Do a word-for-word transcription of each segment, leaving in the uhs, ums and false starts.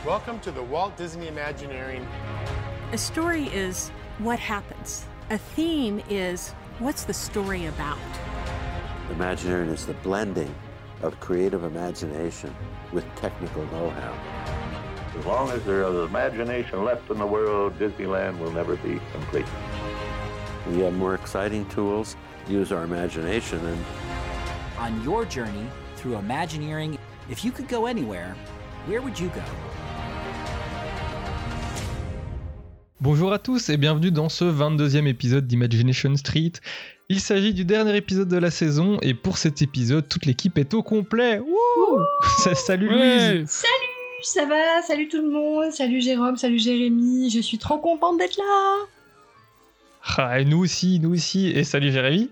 Welcome to the Walt Disney Imagineering. A story is what happens. A theme is what's the story about. Imagineering is the blending of creative imagination with technical know-how. As long as there is imagination left in the world, Disneyland will never be complete. We have more exciting tools, use our imagination, and on your journey through Imagineering, if you could go anywhere, where would you go? Bonjour à tous et bienvenue dans ce vingt-deuxième épisode d'Imagination Street. Il s'agit du dernier épisode de la saison et pour cet épisode, toute l'équipe est au complet. Wouh Salut ouais. Louise. Salut, ça va? Salut tout le monde, salut Jérôme, salut Jérémy, je suis trop contente d'être là. Ah, et nous aussi, nous aussi, et salut Jérémy.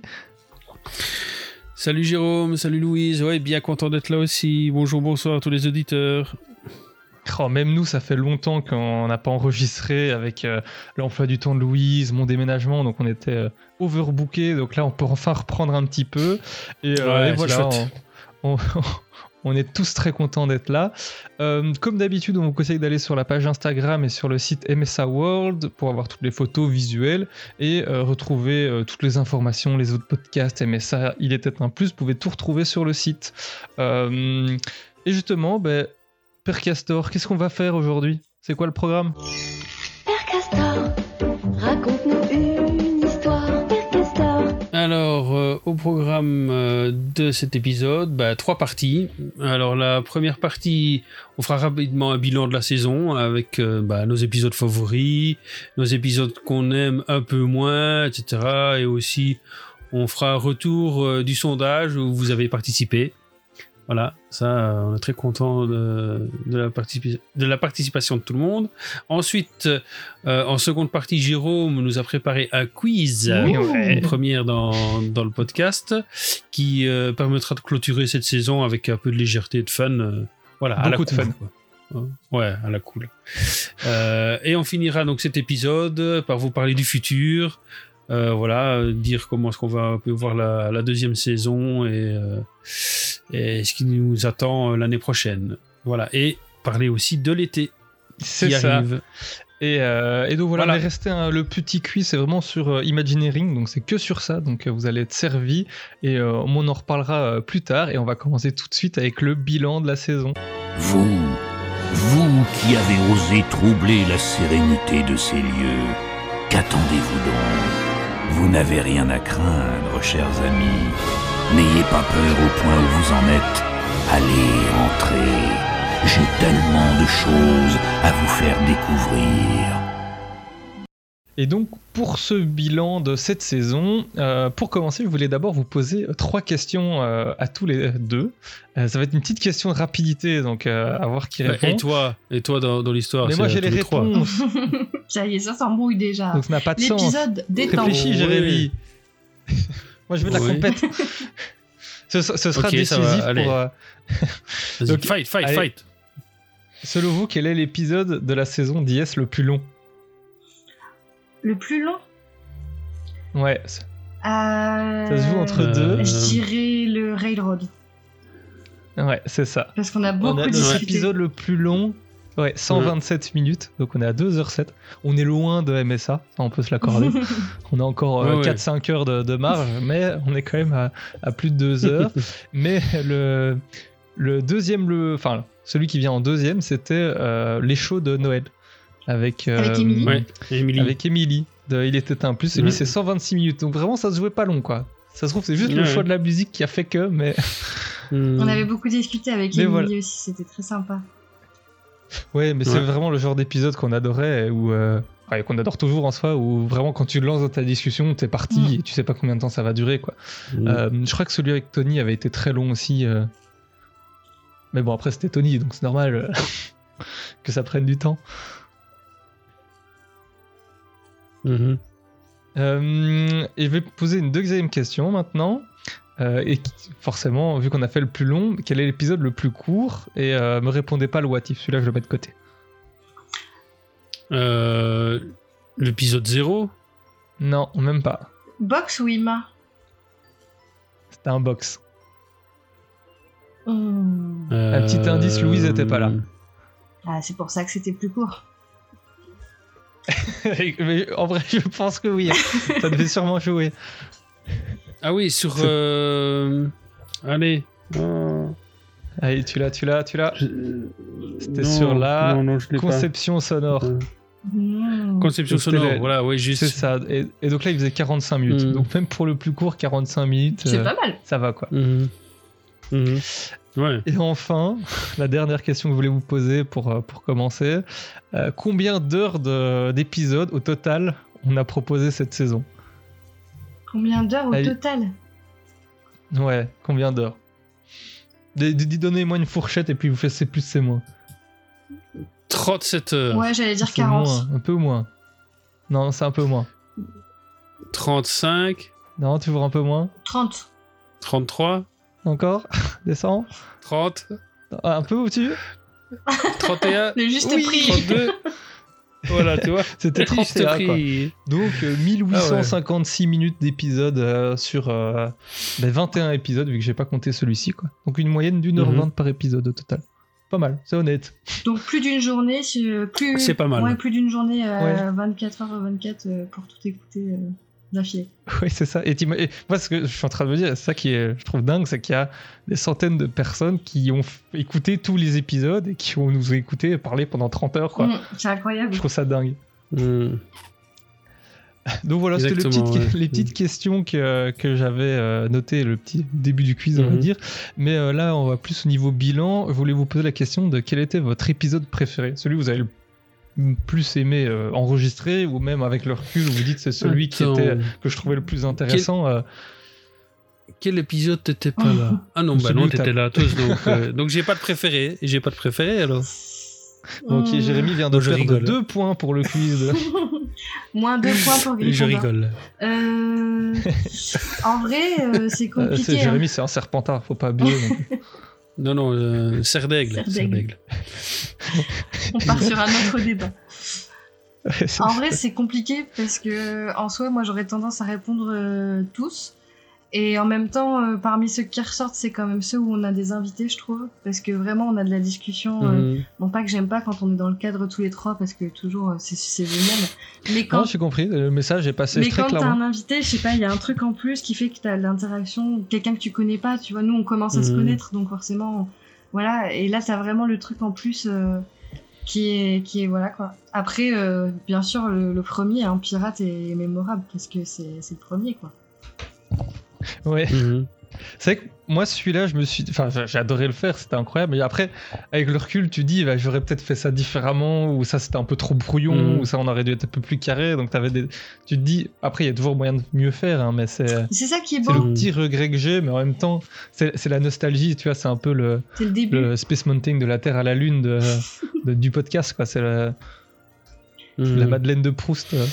Salut Jérôme, salut Louise, ouais, bien content d'être là aussi. Bonjour, bonsoir à tous les auditeurs. Oh, même nous, ça fait longtemps qu'on n'a pas enregistré avec euh, l'emploi du temps de Louise, mon déménagement, donc on était euh, overbooké, donc là on peut enfin reprendre un petit peu. Et, euh, ouais, et voilà, on, on, on est tous très contents d'être là. Euh, comme d'habitude, on vous conseille d'aller sur la page Instagram et sur le site M S A World pour avoir toutes les photos visuelles et euh, retrouver euh, toutes les informations, les autres podcasts, M S A, Il était un plus, vous pouvez tout retrouver sur le site. Euh, et justement, ben... Père Castor, qu'est-ce qu'on va faire aujourd'hui? C'est quoi le programme? Père Castor, raconte-nous une histoire, Père Castor. Alors, euh, au programme euh, de cet épisode, bah, trois parties. Alors, la première partie, on fera rapidement un bilan de la saison avec euh, bah, nos épisodes favoris, nos épisodes qu'on aime un peu moins, et cetera. Et aussi, on fera un retour euh, du sondage où vous avez participé. Voilà, ça, euh, on est très content de, de, la participa- de la participation de tout le monde. Ensuite, euh, en seconde partie, Jérôme nous a préparé un quiz, ouais. une première dans, dans le podcast, qui euh, permettra de clôturer cette saison avec un peu de légèreté et de fun. Euh, voilà, beaucoup à la de cool, fun. Quoi. Ouais, à la cool. Euh, et on finira donc cet épisode par vous parler du futur. Euh, voilà, euh, dire comment est-ce qu'on va un peu voir la, la deuxième saison et, euh, et ce qui nous attend euh, l'année prochaine. Voilà, et parler aussi de l'été c'est qui ça. arrive. Et, euh, et donc voilà, voilà. on est resté un, le petit quiz, c'est vraiment sur euh, Imagineering, donc c'est que sur ça, donc euh, vous allez être servis et euh, on en reparlera euh, plus tard et on va commencer tout de suite avec le bilan de la saison. Vous, vous qui avez osé troubler la sérénité de ces lieux, qu'attendez-vous donc? Vous n'avez rien à craindre, chers amis. N'ayez pas peur au point où vous en êtes. Allez, entrez. J'ai tellement de choses à vous faire découvrir. Et donc, pour ce bilan de cette saison, euh, pour commencer, je voulais d'abord vous poser trois questions euh, à tous les deux. Euh, ça va être une petite question de rapidité, donc euh, à voir qui répond. Et toi, et toi dans, dans l'histoire? Mais moi, j'ai les réponses. Ça y est, ça s'embrouille déjà. Donc, ça n'a pas de L'épisode sens. détend. Réfléchis, Oh, Jérémy. Oui. Moi, je veux de la Oui. compète. ce, ce sera Ok, ça décisif va, allez. pour... Euh... Vas-y, Donc, fight, fight, allez. fight. Selon vous, quel est l'épisode de la saison d'I S le plus long? Le plus long Ouais, euh... ça se joue entre Euh, deux. Je dirais le Railroad. Ouais, c'est ça. Parce qu'on a On beaucoup a discuté. notre épisode le plus long, ouais, cent vingt-sept minutes, donc on est à deux heures sept. On est loin de M S A, ça on peut se l'accorder. On a encore euh, Ouais, ouais. quatre cinq heures de, de marge, mais on est quand même à, à plus de deux heures. Mais le, le deuxième, le, enfin celui qui vient en deuxième, c'était euh, les shows de Noël. Avec, euh, Avec Émilie. Ouais, Émilie. Avec Émilie, de Il était un plus, et lui Ouais. c'est cent vingt-six minutes, donc vraiment ça se jouait pas long quoi. Ça se trouve c'est juste Ouais, le ouais. choix de la musique qui a fait que, mais... Hmm. On avait beaucoup discuté avec Mais Émilie voilà. aussi, c'était très sympa. Ouais, mais c'est Ouais. vraiment le genre d'épisode qu'on adorait, ou euh, ouais, qu'on adore toujours en soi, où vraiment quand tu le lances dans ta discussion, t'es parti Mm. et tu sais pas combien de temps ça va durer, quoi. Hmm. Euh, je crois que celui avec Tony avait été très long aussi. euh. Mais bon, après c'était Tony, donc c'est normal euh, que ça prenne du temps. Mhm. Euh, et je vais poser une deuxième question maintenant. Euh, et qui- forcément, vu qu'on a fait le plus long, quel est l'épisode le plus court? Et euh, me répondez pas le what if, celui-là je le mets de côté. Euh, l'épisode zéro. Non, même pas. Box ou Ima? C'était un box. Hmm. Euh, Un petit indice, Louise était pas là. Ah, c'est pour ça que c'était plus court. Mais en vrai, je pense que oui. Ça devait sûrement jouer. Ah oui, sur... Euh... Allez. Oh. Allez, tu l'as, tu l'as, tu l'as. Je... C'était non, sur la non, non, je l'ai conception pas. sonore. Euh... Mmh. Conception C'était sonore, le... voilà, ouais, juste. C'est ça. Et, et donc là, il faisait quarante-cinq minutes. Mmh. Donc même pour le plus court, quarante-cinq minutes. C'est euh, pas mal. Ça va, quoi. Mmh. Mmh. Ouais. Et enfin, la dernière question que je voulais vous poser pour, pour commencer. Euh, combien d'heures de, d'épisodes au total on a proposé cette saison? Combien d'heures au Allez. total? Ouais, combien d'heures? D- d- Donnez-moi une fourchette et puis vous faites c'est plus, c'est moins. trente-sept heures. Ouais, j'allais dire C'est quarante. moins, un peu moins. Non, c'est un peu moins. trente-cinq. Non, toujours un peu moins. trente. trente-trois. Encore? Descends. trente. Un peu au-dessus? trente et un. Le juste Oui. prix. trente-deux. Voilà, tu vois. C'était Juste trente et un, quoi. prix. Donc euh, mille huit cent cinquante-six minutes d'épisode euh, sur euh, ben, vingt et un épisodes, vu que j'ai pas compté celui-ci, quoi. Donc une moyenne d'une heure vingt Mhm. par épisode au total. Pas mal, c'est honnête. Donc plus d'une journée, sur- plus. C'est pas mal. Ouais, plus d'une journée, euh, Ouais. vingt-quatre heures vingt-quatre euh, pour tout écouter euh, d'affilée. Oui, c'est ça. Et, t'ima- et moi, ce que je suis en train de me dire, c'est ça qui est, je trouve dingue, c'est qu'il y a des centaines de personnes qui ont f- écouté tous les épisodes et qui ont nous écouté et parlé pendant trente heures, quoi. Mmh, c'est incroyable. Je trouve ça dingue. Mmh. Donc voilà, c'était le Exactement, petites- ouais. les petites questions que, que j'avais euh, notées, le petit début du quiz, on va Mhm. dire. Mais euh, là, on va plus au niveau bilan. Je voulais vous poser la question de quel était votre épisode préféré, celui que vous avez le plus aimé euh, enregistrer, ou même avec le recul, vous dites c'est celui qui Attends. était, que je trouvais le plus intéressant. euh, Quel épisode t'étais pas là? Ah non, bah Celui non, que t'étais t'as- là tous. Donc, euh, donc j'ai pas de préféré. Et j'ai pas de préféré alors. Donc Mmh. Jérémy vient de Non, je perdre rigole. deux points pour le quiz. Moins deux points pour Gryffondor. Je rigole. Euh, en vrai, euh, c'est Euh, compliqué. c'est, hein. Jérémy, c'est un serpentard, faut pas abuser. non plus. Non, non, euh, serre d'aigle. Serre Serre d'aigle. d'aigle. On part sur un autre débat. Ouais, c'est En ça. vrai, c'est compliqué parce que en soi, moi, j'aurais tendance à répondre euh, tous. Et en même temps, euh, parmi ceux qui ressortent, c'est quand même ceux où on a des invités, je trouve. Parce que vraiment, on a de la discussion. euh, Mhm. Non pas que j'aime pas quand on est dans le cadre tous les trois, parce que toujours, euh, c'est, c'est génial. Mais Non, quand, j'ai compris, le message est passé mais très quand t'as clairement. un invité, je sais pas, il y a un truc en plus qui fait que t'as de l'interaction, quelqu'un que tu connais pas, tu vois. Nous, on commence à se Mhm. connaître, donc forcément, voilà. Et là, t'as vraiment le truc en plus euh, qui est, qui est, voilà quoi. Après, euh, bien sûr, le, le premier, un pirate, est mémorable parce que c'est, c'est le premier, quoi. Ouais. Mhm. C'est vrai que moi, celui-là, je me suis. Enfin, j'ai j'ai adoré le faire, c'était incroyable. Mais après, avec le recul, tu dis, bah, j'aurais peut-être fait ça différemment, ou ça c'était un peu trop brouillon, Mhm. ou ça on aurait dû être un peu plus carré. Donc, t'avais des. Tu te dis, après, il y a toujours moyen de mieux faire, hein, mais c'est. C'est ça qui est C'est beau, le petit regret que j'ai, mais en même temps, c'est c'est la nostalgie, tu vois, c'est un peu le, c'est le début. le Space Mountain de la Terre à la Lune de, de- du podcast, quoi. C'est la, Mhm. la Madeleine de Proust. euh.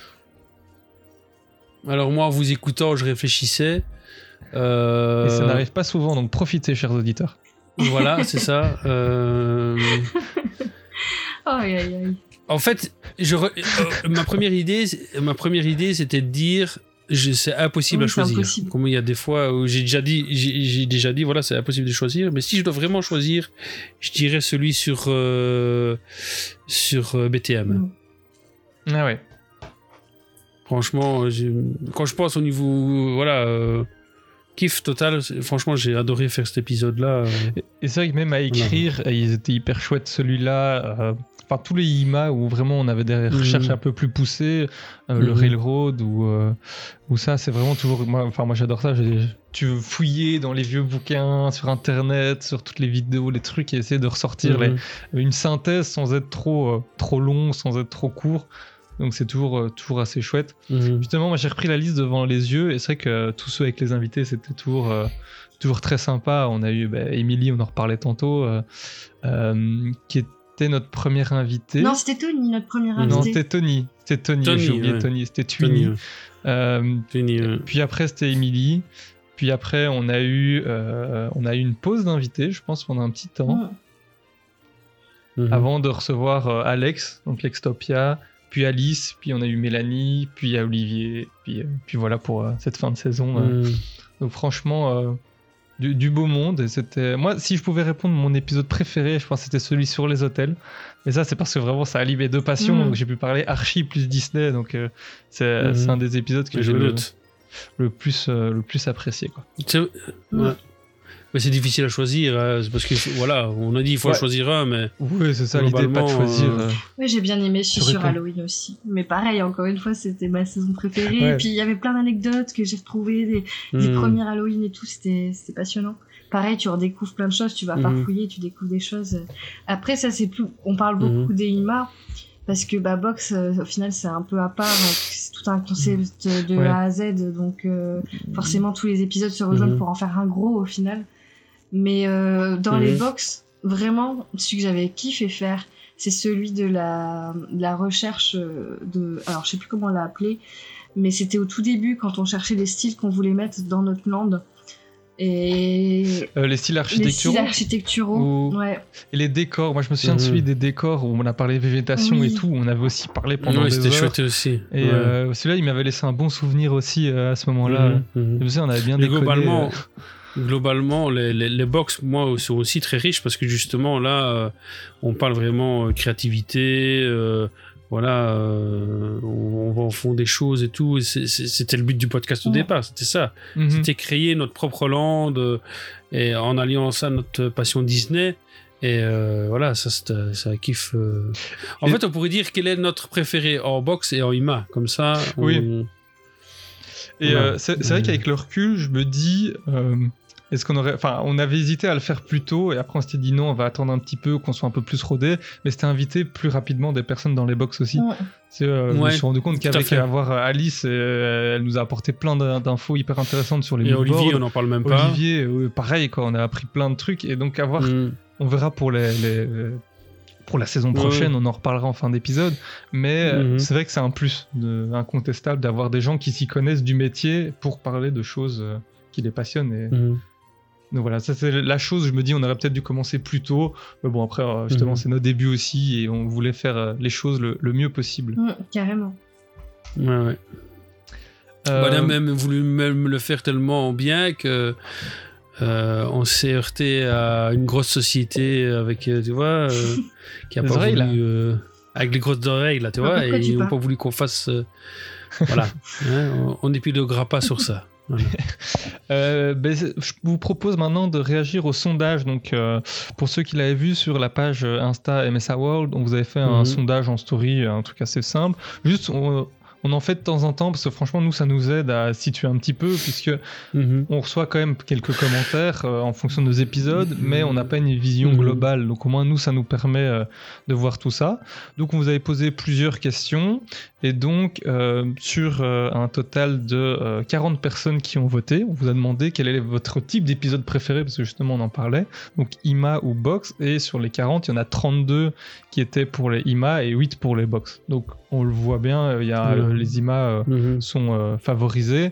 Alors moi, en vous écoutant, je réfléchissais. Euh, Et ça n'arrive pas souvent, donc profitez, chers auditeurs. Voilà, c'est ça. Euh, Aïe, aïe, aïe. En fait, je re- euh, ma première idée, c'est- ma première idée, c'était de dire, je- c'est impossible Oui, à c'est choisir. impossible. Comme il y a des fois où j'ai déjà dit, j'ai j'ai déjà dit, voilà, c'est impossible de choisir. Mais si je dois vraiment choisir, je dirais celui sur euh, sur euh, B T M. Mm. Ah ouais. Franchement, j'ai- quand je pense au niveau, voilà, euh, kiff total. c'est- Franchement, j'ai adoré faire cet épisode-là. euh. Et- Et c'est vrai que même à écrire, euh, ils étaient hyper chouettes celui-là. euh, Enfin, tous les I M A où vraiment on avait des recherches Mhm. un peu plus poussées, euh, le Mhm. Railroad ou euh, ou ça, c'est vraiment toujours. Moi, enfin, moi j'adore ça. j'ai- Tu veux fouiller dans les vieux bouquins, sur Internet, sur toutes les vidéos, les trucs, et essayer de ressortir Mhm. les- une synthèse sans être trop euh, trop long, sans être trop court. Donc c'est toujours euh, toujours assez chouette. Mhm. Justement, moi j'ai repris la liste devant les yeux et c'est vrai que euh, tous ceux avec les invités c'était toujours, euh, toujours très sympa. On a eu bah, Émilie, on en reparlait tantôt, euh, euh, qui était notre première invitée. Non, c'était Tony, notre première Non, invité. c'était Tony. C'était Tony, Tony, j'ai oublié ouais. Tony. C'était Tony, Twinny. ouais. Euh, Tony, ouais. puis après c'était Émilie. Puis après on a eu, euh, on a eu une pause d'invités, je pense pendant un petit temps, Mm. Mhm. avant de recevoir euh, Alex, donc Lextopia, puis Alice, puis on a eu Mélanie, puis il y a Olivier, puis, euh, puis voilà pour euh, cette fin de saison. euh. Mhm. Donc franchement, euh, du, du beau monde. Et c'était... Moi, si je pouvais répondre, mon épisode préféré, je pense que c'était celui sur les hôtels. Mais ça, c'est parce que vraiment, ça allie mes deux passions. Mmh. Donc, j'ai pu parler Archie plus Disney. Donc, euh, c'est, mmh. c'est un des épisodes que je j'ai le, le, plus, euh, le plus apprécié. Quoi. C'est... Ouais. Mais c'est difficile à choisir, hein, parce que voilà, on a dit il faut ouais. choisir un, mais oui, c'est ça l'idée, pas de choisir. Euh... Oui, j'ai bien aimé celui sur Halloween aussi. Mais pareil, encore une fois, c'était ma saison préférée. Ouais. Et puis il y avait plein d'anecdotes que j'ai retrouvées des, mmh. des premiers Halloween et tout, c'était, c'était passionnant. Pareil, tu redécouvres plein de choses, tu vas mmh. farfouiller, tu découvres des choses. Après, ça c'est plus, on parle beaucoup mmh. des I M A. Parce que bah, Box, euh, au final, c'est un peu à part. C'est tout un concept de ouais. A à Z. Donc, euh, forcément, tous les épisodes se rejoignent mmh. pour en faire un gros au final. Mais euh, dans mmh. les Box, vraiment, celui que j'avais kiffé faire, c'est celui de la, de la recherche de... Alors, je sais plus comment on l'a appelé, mais c'était au tout début, quand on cherchait les styles qu'on voulait mettre dans notre land. Et euh, les styles architecturaux, les styles architecturaux ou... ouais. Et les décors, moi je me souviens mmh. de celui des décors où on a parlé végétation oui. et tout, on avait aussi parlé pendant ouais, des c'était heures. Chouette aussi. Et ouais. euh, celui-là, il m'avait laissé un bon souvenir aussi euh, à ce moment-là. Mmh. Mmh. Je sais, on avait bien déconné. Globalement, euh... globalement les, les, les box, moi, sont aussi très riches parce que justement là, euh, on parle vraiment euh, créativité. Euh, Voilà, euh, on, on va au fond des choses et tout. Et c'est, c'est, c'était le but du podcast au ouais. départ, c'était ça. Mm-hmm. C'était créer notre propre land euh, et en alliant ça à notre passion Disney. Et euh, voilà, ça, c'est, c'est un kiff. Euh... En et... fait, on pourrait dire quel est notre préféré en box et en I M A. Comme ça, on... Oui. Et voilà. euh, c'est, c'est vrai qu'avec le recul, je me dis... Euh... Est-ce qu'on aurait, enfin, on avait hésité à le faire plus tôt et après on s'était dit non, on va attendre un petit peu, qu'on soit un peu plus rodé, mais c'était inviter plus rapidement des personnes dans les box aussi. Ouais. C'est, euh, ouais, je me suis rendu compte qu'avec avoir Alice, euh, elle nous a apporté plein d'infos hyper intéressantes sur les et Olivier, on n'en parle même pas. Olivier, euh, pareil, quoi, on a appris plein de trucs et donc avoir, mm. on verra pour les, les pour la saison prochaine, ouais. on en reparlera en fin d'épisode, mais mm-hmm. c'est vrai que c'est un plus de, incontestable d'avoir des gens qui s'y connaissent du métier pour parler de choses euh, qui les passionnent et mm. Donc voilà, ça c'est la chose, je me dis on aurait peut-être dû commencer plus tôt, mais bon après justement mmh. c'est nos débuts aussi et on voulait faire les choses le, le mieux possible. Mmh, carrément. Ouais ouais. Euh... On a même voulu même le faire tellement bien que euh, on s'est heurté à une grosse société avec, tu vois, euh, qui a les pas oreilles, voulu... Euh, avec les grosses oreilles là, tu vois, ah, et ils n'ont pas voulu qu'on fasse... Euh, voilà, hein, on n'est plus de grappas sur ça. Ouais. euh, ben, je vous propose maintenant de réagir au sondage. Donc, euh, pour ceux qui l'avaient vu sur la page Insta M S A World, on vous avait fait un mm-hmm. sondage en story, un truc assez simple. Juste, on, on en fait de temps en temps parce que franchement, nous, ça nous aide à situer un petit peu puisque mm-hmm. on reçoit quand même quelques commentaires euh, en fonction de nos épisodes, mm-hmm. mais on n'a pas une vision mm-hmm. globale. Donc, au moins, nous, ça nous permet euh, de voir tout ça. Donc, on vous avait posé plusieurs questions. Et donc, euh, sur euh, un total de euh, quarante personnes qui ont voté, on vous a demandé quel est votre type d'épisode préféré, parce que justement, on en parlait. Donc, I M A ou Box. Et sur les quarante, il y en a trente-deux qui étaient pour les I M A et huit pour les Box. Donc, on le voit bien, il y a, mmh. les I M A euh, mmh. sont euh, favorisés.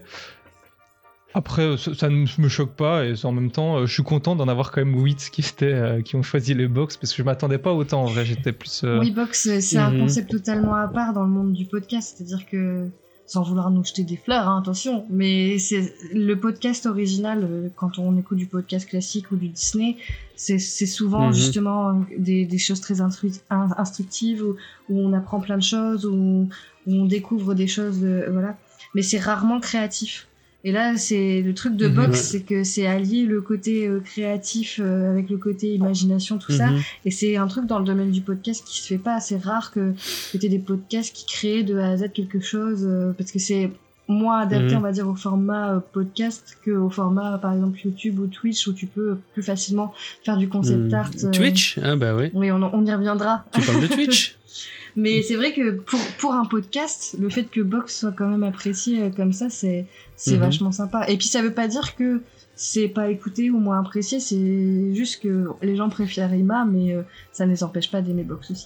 Après, ça, ça ne me choque pas et en même temps, euh, je suis content d'en avoir quand même huit qui, étaient, euh, qui ont choisi les box parce que je m'attendais pas autant en vrai, j'étais plus... Euh... Oui, box, c'est mm-hmm. un concept totalement à part dans le monde du podcast, c'est-à-dire que, sans vouloir nous jeter des fleurs, hein, attention, mais c'est le podcast original, euh, quand on écoute du podcast classique ou du Disney, c'est, c'est souvent mm-hmm. justement des, des choses très instru- instructives où, où on apprend plein de choses, où, où on découvre des choses, euh, voilà, mais c'est rarement créatif. Et là, c'est le truc de Box, mmh. c'est que c'est allié le côté euh, créatif euh, avec le côté imagination, tout mmh. ça. Et c'est un truc dans le domaine du podcast qui se fait pas. C'est rare que, que t'aies des podcasts qui créent de A à Z quelque chose, euh, parce que c'est moins adapté, mmh. on va dire, au format euh, podcast qu'au format, par exemple, YouTube ou Twitch, où tu peux plus facilement faire du concept mmh. art. Euh... Twitch ? Ah bah oui. Oui, on, on y reviendra. Tu parles de Twitch ? Mais c'est vrai que pour, pour un podcast, le fait que Box soit quand même apprécié comme ça, c'est, c'est mm-hmm. vachement sympa. Et puis ça veut pas dire que c'est pas écouté ou moins apprécié, c'est juste que les gens préfèrent I M A, mais euh, ça ne les empêche pas d'aimer Box aussi.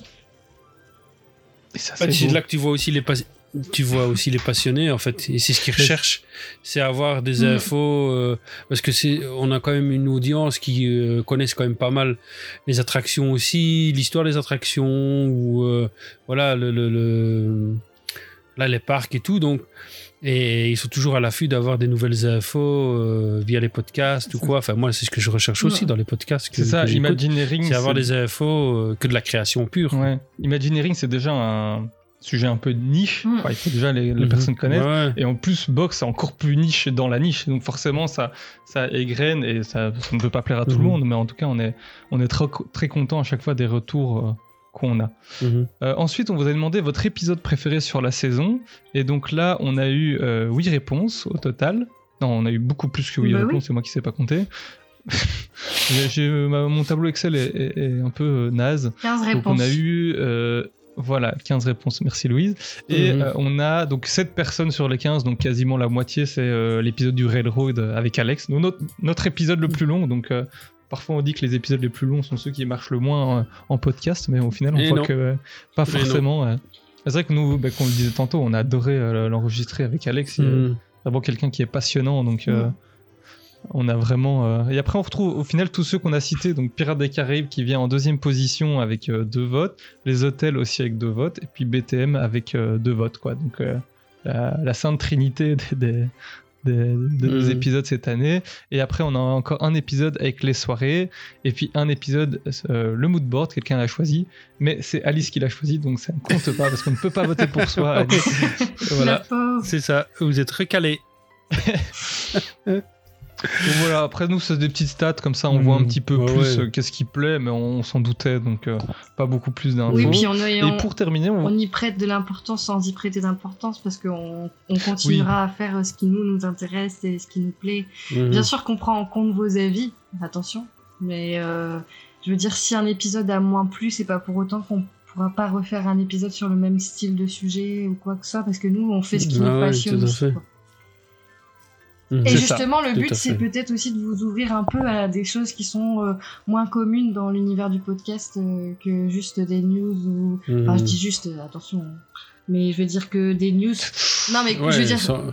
Et ça, c'est, c'est là que tu vois aussi les pas... tu vois aussi les passionnés en fait, et c'est ce qu'ils recherchent, c'est avoir des mmh. infos euh, parce que c'est, on a quand même une audience qui euh, connaissent quand même pas mal les attractions aussi, l'histoire des attractions ou euh, voilà le, le, le là, les parcs et tout, donc, et ils sont toujours à l'affût d'avoir des nouvelles infos euh, via les podcasts ou quoi. Enfin, moi, c'est ce que je recherche aussi Ouais. dans les podcasts. Que, C'est ça, que j'écoute. Imagineering. C'est avoir c'est- des infos euh, que de la création pure. Ouais. Imagineering, c'est déjà un sujet un peu niche. Mm. Enfin, il faut déjà les, les Mhm. personnes connaissent. Ouais. Et en plus, box, c'est encore plus niche dans la niche. Donc forcément, ça, ça égrène et ça, ça ne peut pas plaire à tout Mhm. le monde. Mais en tout cas, on est, on est très, très content à chaque fois des retours euh, qu'on a. Mhm. Euh, ensuite, on vous a demandé votre épisode préféré sur la saison. Et donc là, on a eu euh, huit réponses au total. Non, on a eu beaucoup plus que huit Bah oui. réponses. C'est moi qui ne sais pas compter. J'ai- j'ai- ma- mon tableau Excel est, est- est un peu euh, naze. quinze Donc réponses. on a eu euh, voilà quinze réponses, merci Louise. Et Mhm. euh, on a donc sept personnes sur les quinze, donc quasiment la moitié, c'est euh, l'épisode du Railroad avec Alex. Donc, notre, notre épisode le plus long, donc euh, parfois on dit que les épisodes les plus longs sont ceux qui marchent le moins euh, en podcast, mais au final on Et voit non. que euh, pas Et non. forcément. euh. C'est vrai que nous, bah, comme on le disait tantôt, on a adoré euh, l'enregistrer avec Alex. Il y a Mhm. vraiment quelqu'un qui est passionnant, donc euh, on a vraiment. euh, Et après, on retrouve au final tous ceux qu'on a cités. Donc Pirates des Caraïbes qui vient en deuxième position avec euh, deux votes, les hôtels aussi avec deux votes, et puis B T M avec euh, deux votes, quoi. Donc euh, la, la sainte trinité des, des, des- de nos Mhm. épisodes cette année. Et après, on a encore un épisode avec les soirées, et puis un épisode euh, le mood board. Quelqu'un l'a choisi, mais c'est Alice qui l'a choisi, donc ça ne compte pas parce qu'on ne peut pas voter pour soi. Alice. La Voilà. pauvre. C'est ça, vous êtes recalés. Donc voilà, après nous c'est des petites stats comme ça, on Mhm. voit un petit peu Ouais, plus ouais. euh, qu'est-ce qui plaît, mais on, s'en doutait, donc euh, pas beaucoup plus d'infos. Oui, puis on, est- Et on, pour terminer, on... on y prête de l'importance sans y prêter d'importance parce qu'on on continuera à faire ce qui nous, nous intéresse et ce qui nous plaît. Mhm. Bien sûr qu'on prend en compte vos avis, attention, mais euh, je veux dire, si un épisode a moins plu, c'est pas pour autant qu'on pourra pas refaire un épisode sur le même style de sujet ou quoi que ce soit, parce que nous, on fait ce qui Ah nous ouais, passionne tout à aussi, fait. quoi. Mhm. Et C'est ça, justement, le tout but, à c'est fait. peut-être aussi de vous ouvrir un peu à des choses qui sont euh, moins communes dans l'univers du podcast euh, que juste des news ou... Enfin, Mhm. je dis juste, euh, attention, mais je veux dire que des news... Non, mais Ouais, je veux dire... sans...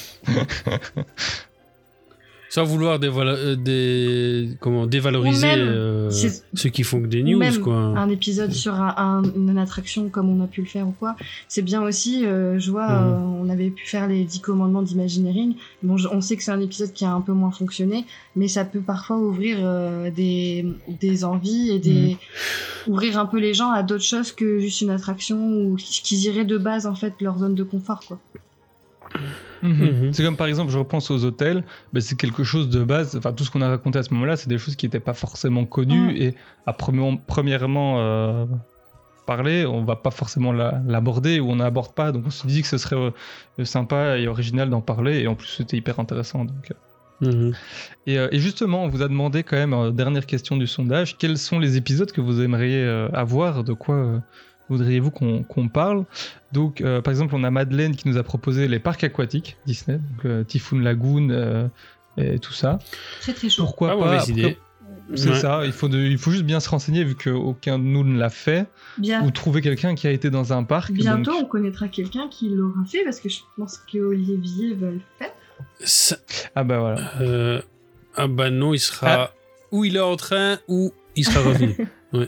sans vouloir dévoila- euh, des... Comment, dévaloriser Ou même, euh, c'est- ceux qui font que des ou news, même quoi. un épisode sur un, un- une attraction comme on a pu le faire ou quoi, c'est bien aussi, euh, je vois, Mhm. euh, on avait pu faire les dix commandements d'Imagineering, bon, je- on sait que c'est un épisode qui a un peu moins fonctionné, mais ça peut parfois ouvrir euh, des, des envies et des... ouvrir un peu les gens à d'autres choses que juste une attraction ou qu'ils iraient de base, en fait, leur zone de confort, quoi. Mhm. Mhm. C'est comme par exemple, je repense aux hôtels, ben, c'est quelque chose de base, enfin tout ce qu'on a raconté à ce moment-là, c'est des choses qui n'étaient pas forcément connues, Mhm. et à premièrement, premièrement euh, parler, on va pas forcément la- l'aborder, ou on n'aborde pas, donc on se dit que ce serait euh, sympa et original d'en parler, et en plus c'était hyper intéressant. Donc, euh. Mhm. Et, euh, et justement, on vous a demandé quand même, euh, dernière question du sondage, quels sont les épisodes que vous aimeriez euh, avoir, de quoi euh, voudriez-vous qu'on qu'on parle? Donc, euh, par exemple, on a Madeleine qui nous a proposé les parcs aquatiques Disney, donc euh, Typhoon Lagoon euh, et tout ça. Très très chaud. Pourquoi Pas pas? mauvaise Après, idée. c'est Ouais. ça, il faut, de- il faut juste bien se renseigner vu qu'aucun de nous ne l'a fait, Bien. ou trouver quelqu'un qui a été dans un parc. Bientôt, donc- on connaîtra quelqu'un qui l'aura fait, parce que je pense qu'Olivier va le faire. Ça- Ah bah voilà. euh, Ah bah non, il sera... Ah. Ou il est en train, ou il sera revenu. Ouais.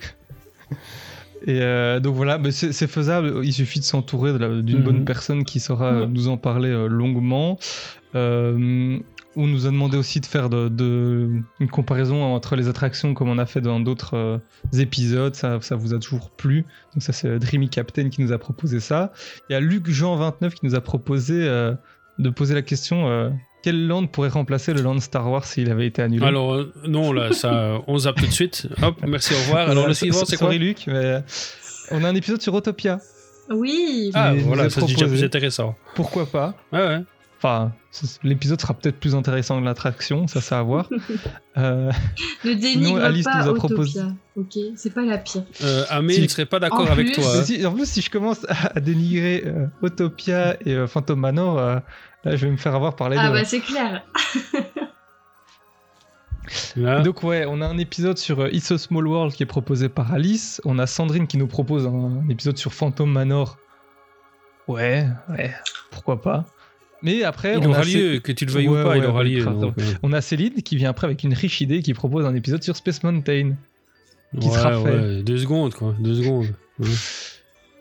Et euh, donc voilà, mais c'est c'est faisable, il suffit de s'entourer de la- d'une Mhm. bonne personne qui saura euh, Mhm. nous en parler euh, longuement. Euh, on nous a demandé aussi de faire de, de- une comparaison entre les attractions comme on a fait dans d'autres euh, épisodes, ça, ça vous a toujours plu. Donc ça c'est Dreamy Captain qui nous a proposé ça. Il y a Luc Jean vingt-neuf qui nous a proposé euh, de poser la question euh, quel land pourrait remplacer le land Star Wars s'il avait été annulé? Alors, euh, non, là, ça, euh, on zappe tout de suite. Hop, merci, au revoir. Alors, Euh, le suivant, so- c'est quoi? Sorry Luc, mais on a un épisode sur Autopia. Oui. Ah, Il nous voilà, a ça c'est déjà proposé. plus intéressant. Pourquoi pas? Ouais, ouais. Enfin, c'est- l'épisode sera peut-être plus intéressant que l'attraction, ça c'est à voir. Euh, Ne dénigre Alice pas nous a Autopia, proposé- ok? C'est pas la pire. Euh, Amé, Si- il ne serait pas d'accord En avec plus- toi. mais hein. si- en plus, si je commence à, à dénigrer euh, Autopia et euh, Phantom Manor, euh, là je vais me faire avoir par les Ah deux. bah c'est clair. Là. Donc ouais, on a un épisode sur euh, It's a Small World qui est proposé par Alice. On a Sandrine qui nous propose un, un épisode sur Phantom Manor. Ouais, ouais, pourquoi pas. Mais après, il on aura a Cé- lieu, que tu le veuilles Ouais, ou pas, ouais, il aura ouais, lieu. grave. donc, euh, on a Céline qui vient après avec une riche idée qui propose un épisode sur Space Mountain. Qui ouais, sera fait. ouais, deux secondes, quoi. Deux secondes. Ouais.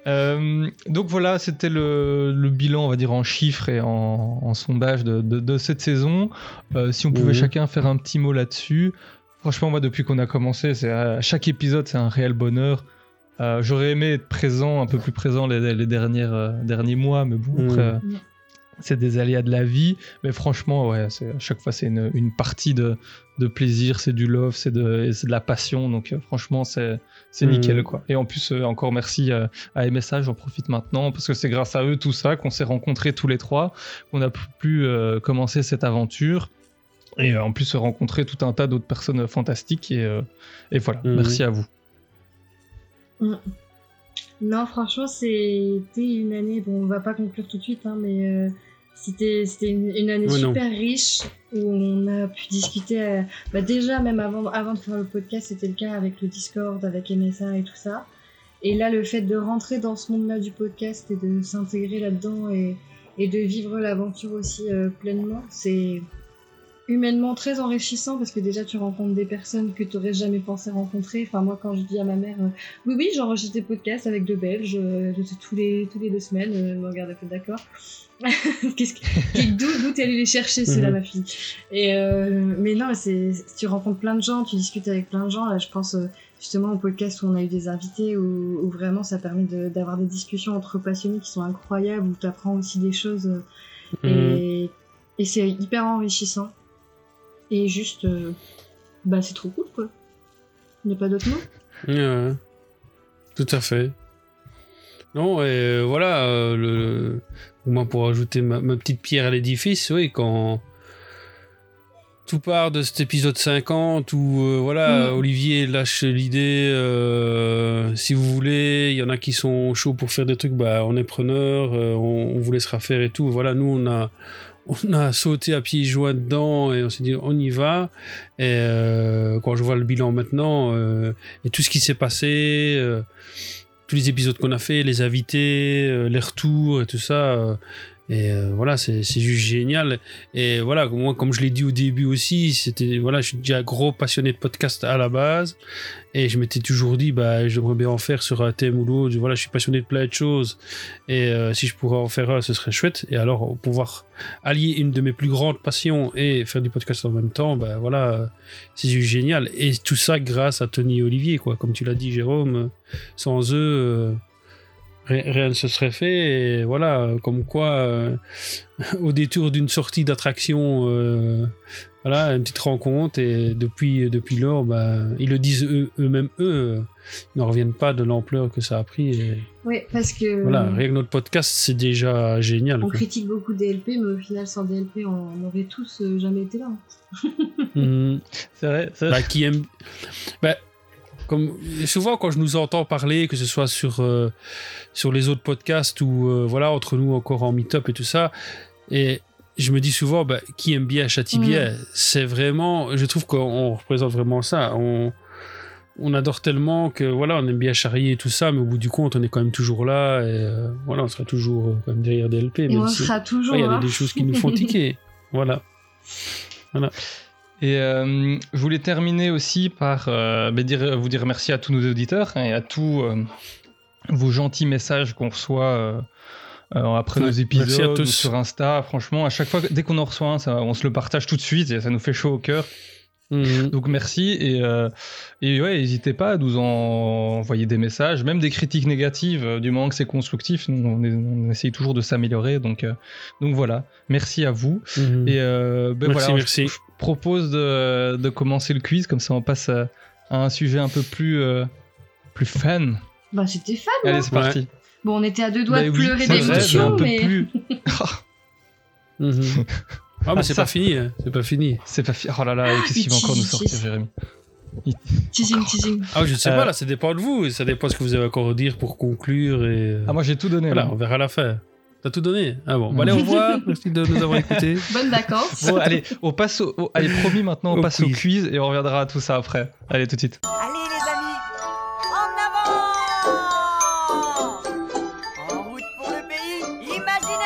Euh, donc voilà, c'était le, le bilan, on va dire, en chiffres et en, en sondage de, de, de cette saison. Euh, si on pouvait mmh. chacun faire un petit mot là-dessus. Franchement, moi, depuis qu'on a commencé, c'est, à chaque épisode, c'est un réel bonheur. Euh, j'aurais aimé être présent, un peu plus présent les, les dernières, euh, derniers mois, mais bon, après, mmh. euh, c'est des aléas de la vie. Mais franchement, ouais, c'est, à chaque fois, c'est une, une partie de, de plaisir, c'est du love, c'est de, c'est de la passion. Donc, euh, franchement, c'est, c'est mmh. nickel, quoi. Et en plus, euh, encore merci à, à M S A, j'en profite maintenant, parce que c'est grâce à eux, tout ça, qu'on s'est rencontrés tous les trois, qu'on a pu euh, commencer cette aventure. Et euh, en plus, se rencontrer tout un tas d'autres personnes fantastiques. Et, euh, et voilà, mmh. merci à vous. Mmh. Non, franchement, c'était une année, bon, on va pas conclure tout de suite, hein, mais euh, c'était, c'était une, une année oh, super non. riche où on a pu discuter. Euh, bah déjà, même avant, avant de faire le podcast, c'était le cas avec le Discord, avec M S A et tout ça. Et là, le fait de rentrer dans ce monde-là du podcast et de s'intégrer là-dedans et, et de vivre l'aventure aussi euh, pleinement, c'est humainement très enrichissant parce que déjà tu rencontres des personnes que tu n'aurais jamais pensé rencontrer. Enfin, moi, quand je dis à ma mère euh, oui, oui, j'enregistre des podcasts avec deux Belges euh, tous les, tous les deux semaines, euh, elle me regarde un peu d'accord. Qu'est-ce que, d'où, d'où t'es allé les chercher, c'est là, ma fille. Et euh, mais non, c'est, tu rencontres plein de gens, tu discutes avec plein de gens. Là, je pense euh, justement au podcast où on a eu des invités où, où vraiment ça permet de, d'avoir des discussions entre passionnés qui sont incroyables, où tu apprends aussi des choses euh, mmh. et, et c'est hyper enrichissant. Et juste, euh, bah c'est trop cool, quoi. Il n'y a pas d'autre mot. Ouais, tout à fait. Non, et euh, voilà, euh, le, moi pour ajouter ma, ma petite pierre à l'édifice, oui, quand tout part de cet épisode cinquante où euh, voilà, mmh. Olivier lâche l'idée, euh, si vous voulez, il y en a qui sont chauds pour faire des trucs, bah on est preneur, euh, on, on vous laissera faire et tout. Voilà, nous on a on a sauté à pieds joints dedans et on s'est dit on y va. Et euh, quand je vois le bilan maintenant euh, et tout ce qui s'est passé, euh, tous les épisodes qu'on a fait, les invités, euh, les retours et tout ça, euh, et euh, voilà, c'est, c'est juste génial. Et voilà, moi, comme je l'ai dit au début aussi, c'était, voilà, je suis déjà gros passionné de podcast à la base, et je m'étais toujours dit, bah, j'aimerais bien en faire sur un thème ou l'autre. Voilà, je suis passionné de plein de choses, et euh, si je pourrais en faire un, ce serait chouette. Et alors, pouvoir allier une de mes plus grandes passions et faire du podcast en même temps, bah voilà, c'est juste génial. Et tout ça grâce à Tony et Olivier, quoi. Comme tu l'as dit, Jérôme, sans eux, euh, rien ne se serait fait. Et voilà, comme quoi, euh, au détour d'une sortie d'attraction, euh, voilà, une petite rencontre, et depuis, depuis lors, bah, ils le disent eux, eux-mêmes, eux, ils n'en reviennent pas de l'ampleur que ça a pris. Et oui, parce que voilà, rien que notre podcast, c'est déjà génial. On quoi. critique beaucoup D L P, mais au final, sans D L P, on n'aurait tous euh, jamais été là. mmh. C'est vrai. C'est... Bah, qui aime... Bah, comme souvent quand je nous entends parler, que ce soit sur euh, sur les autres podcasts ou euh, voilà, entre nous encore en meet-up et tout ça, et je me dis souvent, bah, qui aime bien châtie bien. Mmh. C'est vraiment, je trouve qu'on représente vraiment ça. On on adore tellement que voilà, on aime bien charrier et tout ça, mais au bout du compte, on est quand même toujours là, et euh, voilà, on sera toujours euh, quand même derrière D L P. Et on si, sera toujours. Il ouais, y a des choses qui nous font tiquer. Voilà. Voilà. Et euh, je voulais terminer aussi par euh, bah dire, vous dire merci à tous nos auditeurs hein, et à tous euh, vos gentils messages qu'on reçoit euh, euh, après ouais, nos épisodes ou sur Insta. Franchement, à chaque fois, dès qu'on en reçoit un, ça, on se le partage tout de suite et ça nous fait chaud au cœur. Mmh. Donc merci et, euh, et ouais, n'hésitez pas à nous en envoyer des messages, même des critiques négatives, euh, du moment que c'est constructif. Nous, on, est, on essaye toujours de s'améliorer, donc, euh, donc voilà, merci à vous. Mmh. Et euh, ben merci, voilà, merci. Je, je propose de, de commencer le quiz, comme ça on passe à, à un sujet un peu plus, euh, plus fun. Bah c'était fun. Allez, hein. c'est parti. Ouais. Bon, on était à deux doigts bah, de oui, pleurer d'émotion, mais... mais... Plus... mmh. Ah, mais c'est ah, pas fini, hein. c'est pas fini. C'est pas fini. Oh là là, qu'est-ce qu'il va encore nous sortir, Jérémy? Teasing, teasing. Ah, je sais euh... pas, là, ça dépend de vous. Ça dépend de ce que vous avez encore à dire pour conclure. Et... Ah, moi, j'ai tout donné. Voilà, là. on verra à la fin. T'as tout donné? Ah bon, mmh. bah, allez, au revoir. Merci de nous avoir écoutés. Bonnes vacances. Bon, allez, on passe au... oh, allez, promis, maintenant, on au passe quiz. au quiz et on reviendra à tout ça après. Allez, tout de suite. Allez, les amis, en avant! En route pour le pays imaginaire!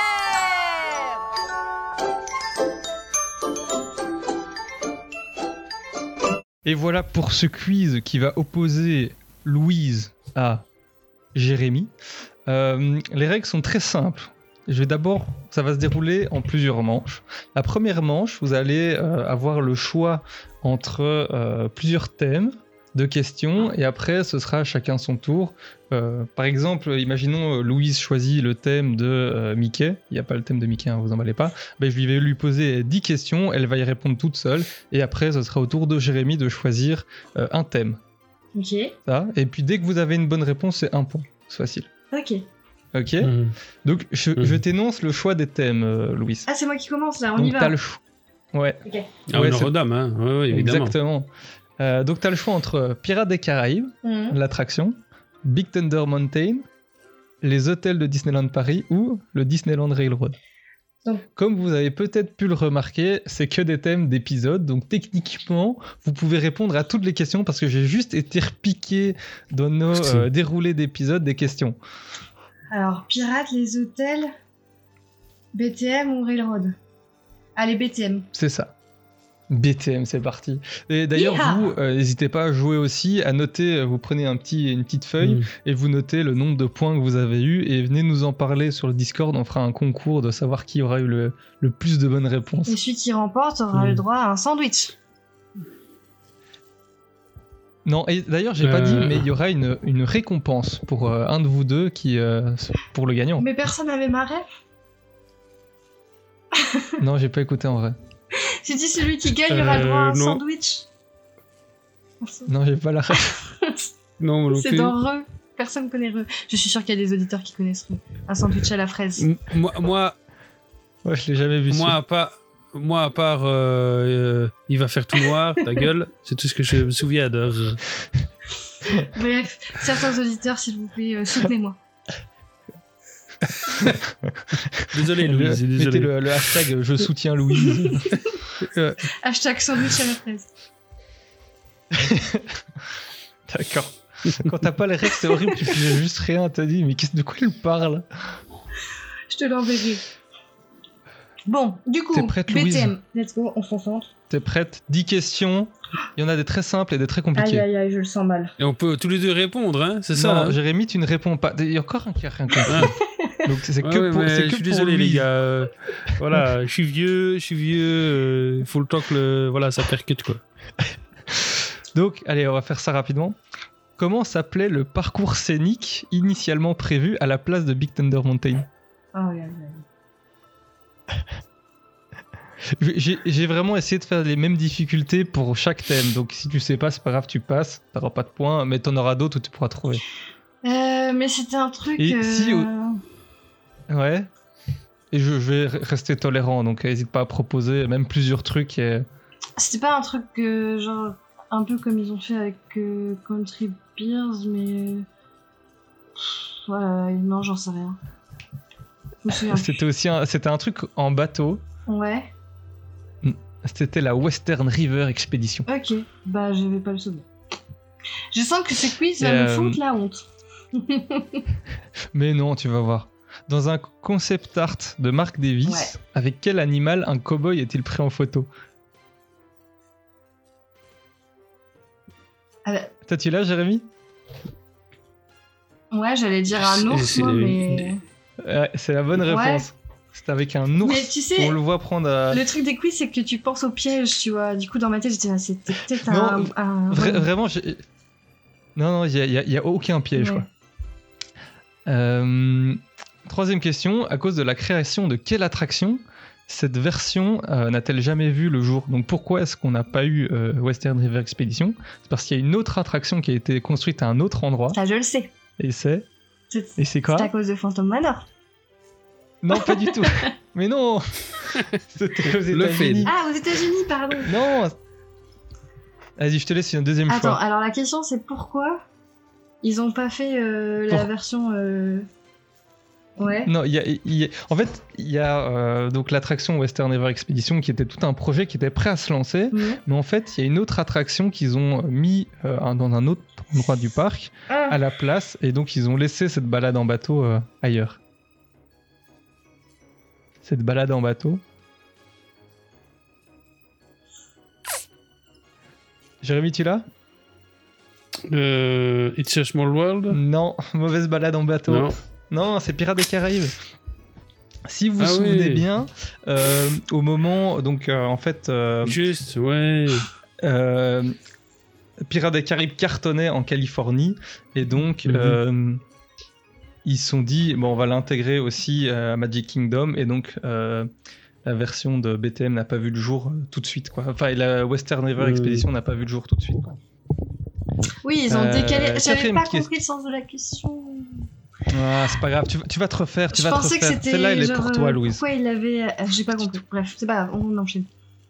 Et voilà pour ce quiz qui va opposer Louise à Jérémy. Euh, les règles sont très simples. Je vais d'abord, ça va se dérouler en plusieurs manches. La première manche, vous allez euh, avoir le choix entre euh, plusieurs thèmes de questions et après ce sera chacun son tour. Euh, par exemple, imaginons euh, Louise choisit le thème de euh, Mickey. Il n'y a pas le thème de Mickey, hein, vous emballez pas. Ben, je lui vais lui poser dix questions, elle va y répondre toute seule et après ce sera au tour de Jérémy de choisir euh, un thème. Ok. Ça. Et puis dès que vous avez une bonne réponse, c'est un point. C'est facile. Ok. Ok. Mmh. Donc je, Mmh. je t'énonce le choix des thèmes, euh, Louise. Ah, c'est moi qui commence là, on Donc y va. t'as le choix. Ouais. Ok. Ah, Ouais, une c'est- redame, hein. Ouais, ouais, évidemment. Exactement. Euh, donc t'as le choix entre Pirates des Caraïbes, Mhm. l'attraction, Big Thunder Mountain, les hôtels de Disneyland Paris ou le Disneyland Railroad. Donc- Comme vous avez peut-être pu le remarquer, c'est que des thèmes d'épisodes, donc techniquement, vous pouvez répondre à toutes les questions parce que j'ai juste été repiqué dans nos euh, déroulés d'épisodes des questions. Alors, pirates, les hôtels, B T M ou Railroad? Allez, B T M. C'est ça. B T M, c'est parti. Et d'ailleurs, Yeeha. vous, euh, n'hésitez pas à jouer aussi, à noter, euh, vous prenez un petit, une petite feuille Mmh. et vous notez le nombre de points que vous avez eu et venez nous en parler sur le Discord, on fera un concours de savoir qui aura eu le, le plus de bonnes réponses. Et celui qui remporte aura Mhm. le droit à un sandwich. Non, et d'ailleurs, j'ai pas Euh. dit, mais il y aura une, une récompense pour euh, un de vous deux qui, euh, pour le gagnant. Mais personne n'avait ma ref. Non, j'ai pas écouté en vrai. J'ai dit celui qui gagne aura le droit à un Euh, non. sandwich. Non, j'ai pas la ref. Non, moi non C'est plus. dans Re. Personne connaît Re. Je suis sûr qu'il y a des auditeurs qui connaissent Re. Un sandwich à la fraise. M- Moi, moi, Ouais, je l'ai jamais vu. moi, à part, moi, à part euh, euh, il va faire tout noir, ta gueule, c'est tout ce que je me souviens de. Bref, certains auditeurs, s'il vous plaît, euh, soutenez-moi. Désolé, Le- Louise, mettez désolé. le, le hashtag je soutiens Louise. Hashtag sandwich à la fraise. D'accord. Quand t'as pas les règles, c'est horrible, tu fais juste rien, t'as dit, mais qu'est-ce de quoi il parle? Je te l'enverrai. Bon, du coup, T'es prête, B T M. Louise Let's go, on se concentre. T'es prête? dix questions. Il y en a des très simples et des très Aïe, compliquées. aïe, aïe, je le sens mal. Et on peut tous les deux répondre, hein, c'est ça. Non, hein. Jérémy, tu ne réponds pas. Il y a encore un qui a rien compris. Ah. Donc c'est Ouais, que ouais, pour. mais c'est que je suis pour désolé, lui. les gars. euh, voilà, je suis vieux, je suis vieux. euh, Il faut le temps que le, voilà, ça percute, quoi. Donc, allez, on va faire ça rapidement. Comment s'appelait le parcours scénique initialement prévu à la place de Big Thunder Mountain? Oh, aïe, aïe, aïe. J'ai j'ai vraiment essayé de faire les mêmes difficultés pour chaque thème. Donc si tu sais pas, c'est pas grave, tu passes. T'auras pas de points, mais t'en auras d'autres où tu pourras trouver. Euh, mais c'était un truc. Et euh, si, Ouais. Et je, je vais re- rester tolérant, donc n'hésite pas à proposer même plusieurs trucs. Et... C'était pas un truc euh, genre un peu comme ils ont fait avec euh, Country Bears, mais Pff, voilà, non, j'en sais rien. Je me souviens plus. C'était aussi un, c'était un truc en bateau. Ouais. C'était la Western River Expedition. Ok. Bah, je vais pas le souvenir. Je sens que ce quiz Et, va me euh, foutre la honte. Mais non, tu vas voir. Dans un concept art de Mark Davis, Ouais. avec quel animal un cow-boy est-il pris en photo? Ah bah, Toi, tu l'as, Jérémy? ouais, j'allais dire un C'est- ours, c'est- moi, mais. Ouais, c'est la bonne Ouais. réponse. C'est avec un ours. Mais tu sais, On le voit prendre. à- Le truc des quiz, c'est que tu penses au piège, tu vois. Du coup, dans ma tête, j'étais là, c'était peut-être un. Non, un- Vra- vraiment, j'ai- non, non, il n'y a, y a- y a aucun piège. Ouais. Quoi. Euh, troisième question, à cause de la création de quelle attraction cette version euh, n'a-t-elle jamais vu le jour? Donc pourquoi est-ce qu'on n'a pas eu euh, Western River Expedition? C'est parce qu'il y a une autre attraction qui a été construite à un autre endroit. Ça, je le sais. Et c'est C'est Et c'est quoi? c'est à cause de Phantom Manor. Non, pas du tout. Mais non. C'était aux Le États-Unis. Ah, aux États-Unis, pardon. Non. Vas-y, je te laisse un deuxième Attends, choix. alors la question, c'est pourquoi ils ont pas fait euh, la Pour- version. euh, Ouais. Non, il y a, il y a- en fait, il y a euh, donc l'attraction Western River Expedition qui était tout un projet qui était prêt à se lancer, Mhm. mais en fait, il y a une autre attraction qu'ils ont mis euh, un- dans un autre endroit du parc Ah. à la place, et donc ils ont laissé cette balade en bateau euh, ailleurs. Cette balade en bateau. Jérémy, tu l'as? Euh, It's a Small World. Non, mauvaise balade en bateau. Non. Non, c'est Pirates des Caraïbes. Si vous vous Ah souvenez oui. bien, euh, au moment, donc euh, en fait, euh, Juste, ouais. euh, Pirates des Caraïbes cartonnait en Californie et donc Mhm. euh, ils se sont dit bon, on va l'intégrer aussi à Magic Kingdom et donc euh, la version de B T M n'a pas vu le jour euh, tout de suite quoi. Enfin, et la Western River Mhm. Expedition n'a pas vu le jour tout de suite. Quoi. Oui, ils ont Euh, décalé. J'avais quatrième pas question. compris le sens de la question. Ah, c'est pas grave, tu, vas- tu vas te refaire, tu Je vas te pensais que refaire. c'était. Celle-là, elle est genre, pour toi, euh, Louise. Pourquoi il avait. euh, J'ai pas compris. Bref, c'est pas grave, on enchaîne.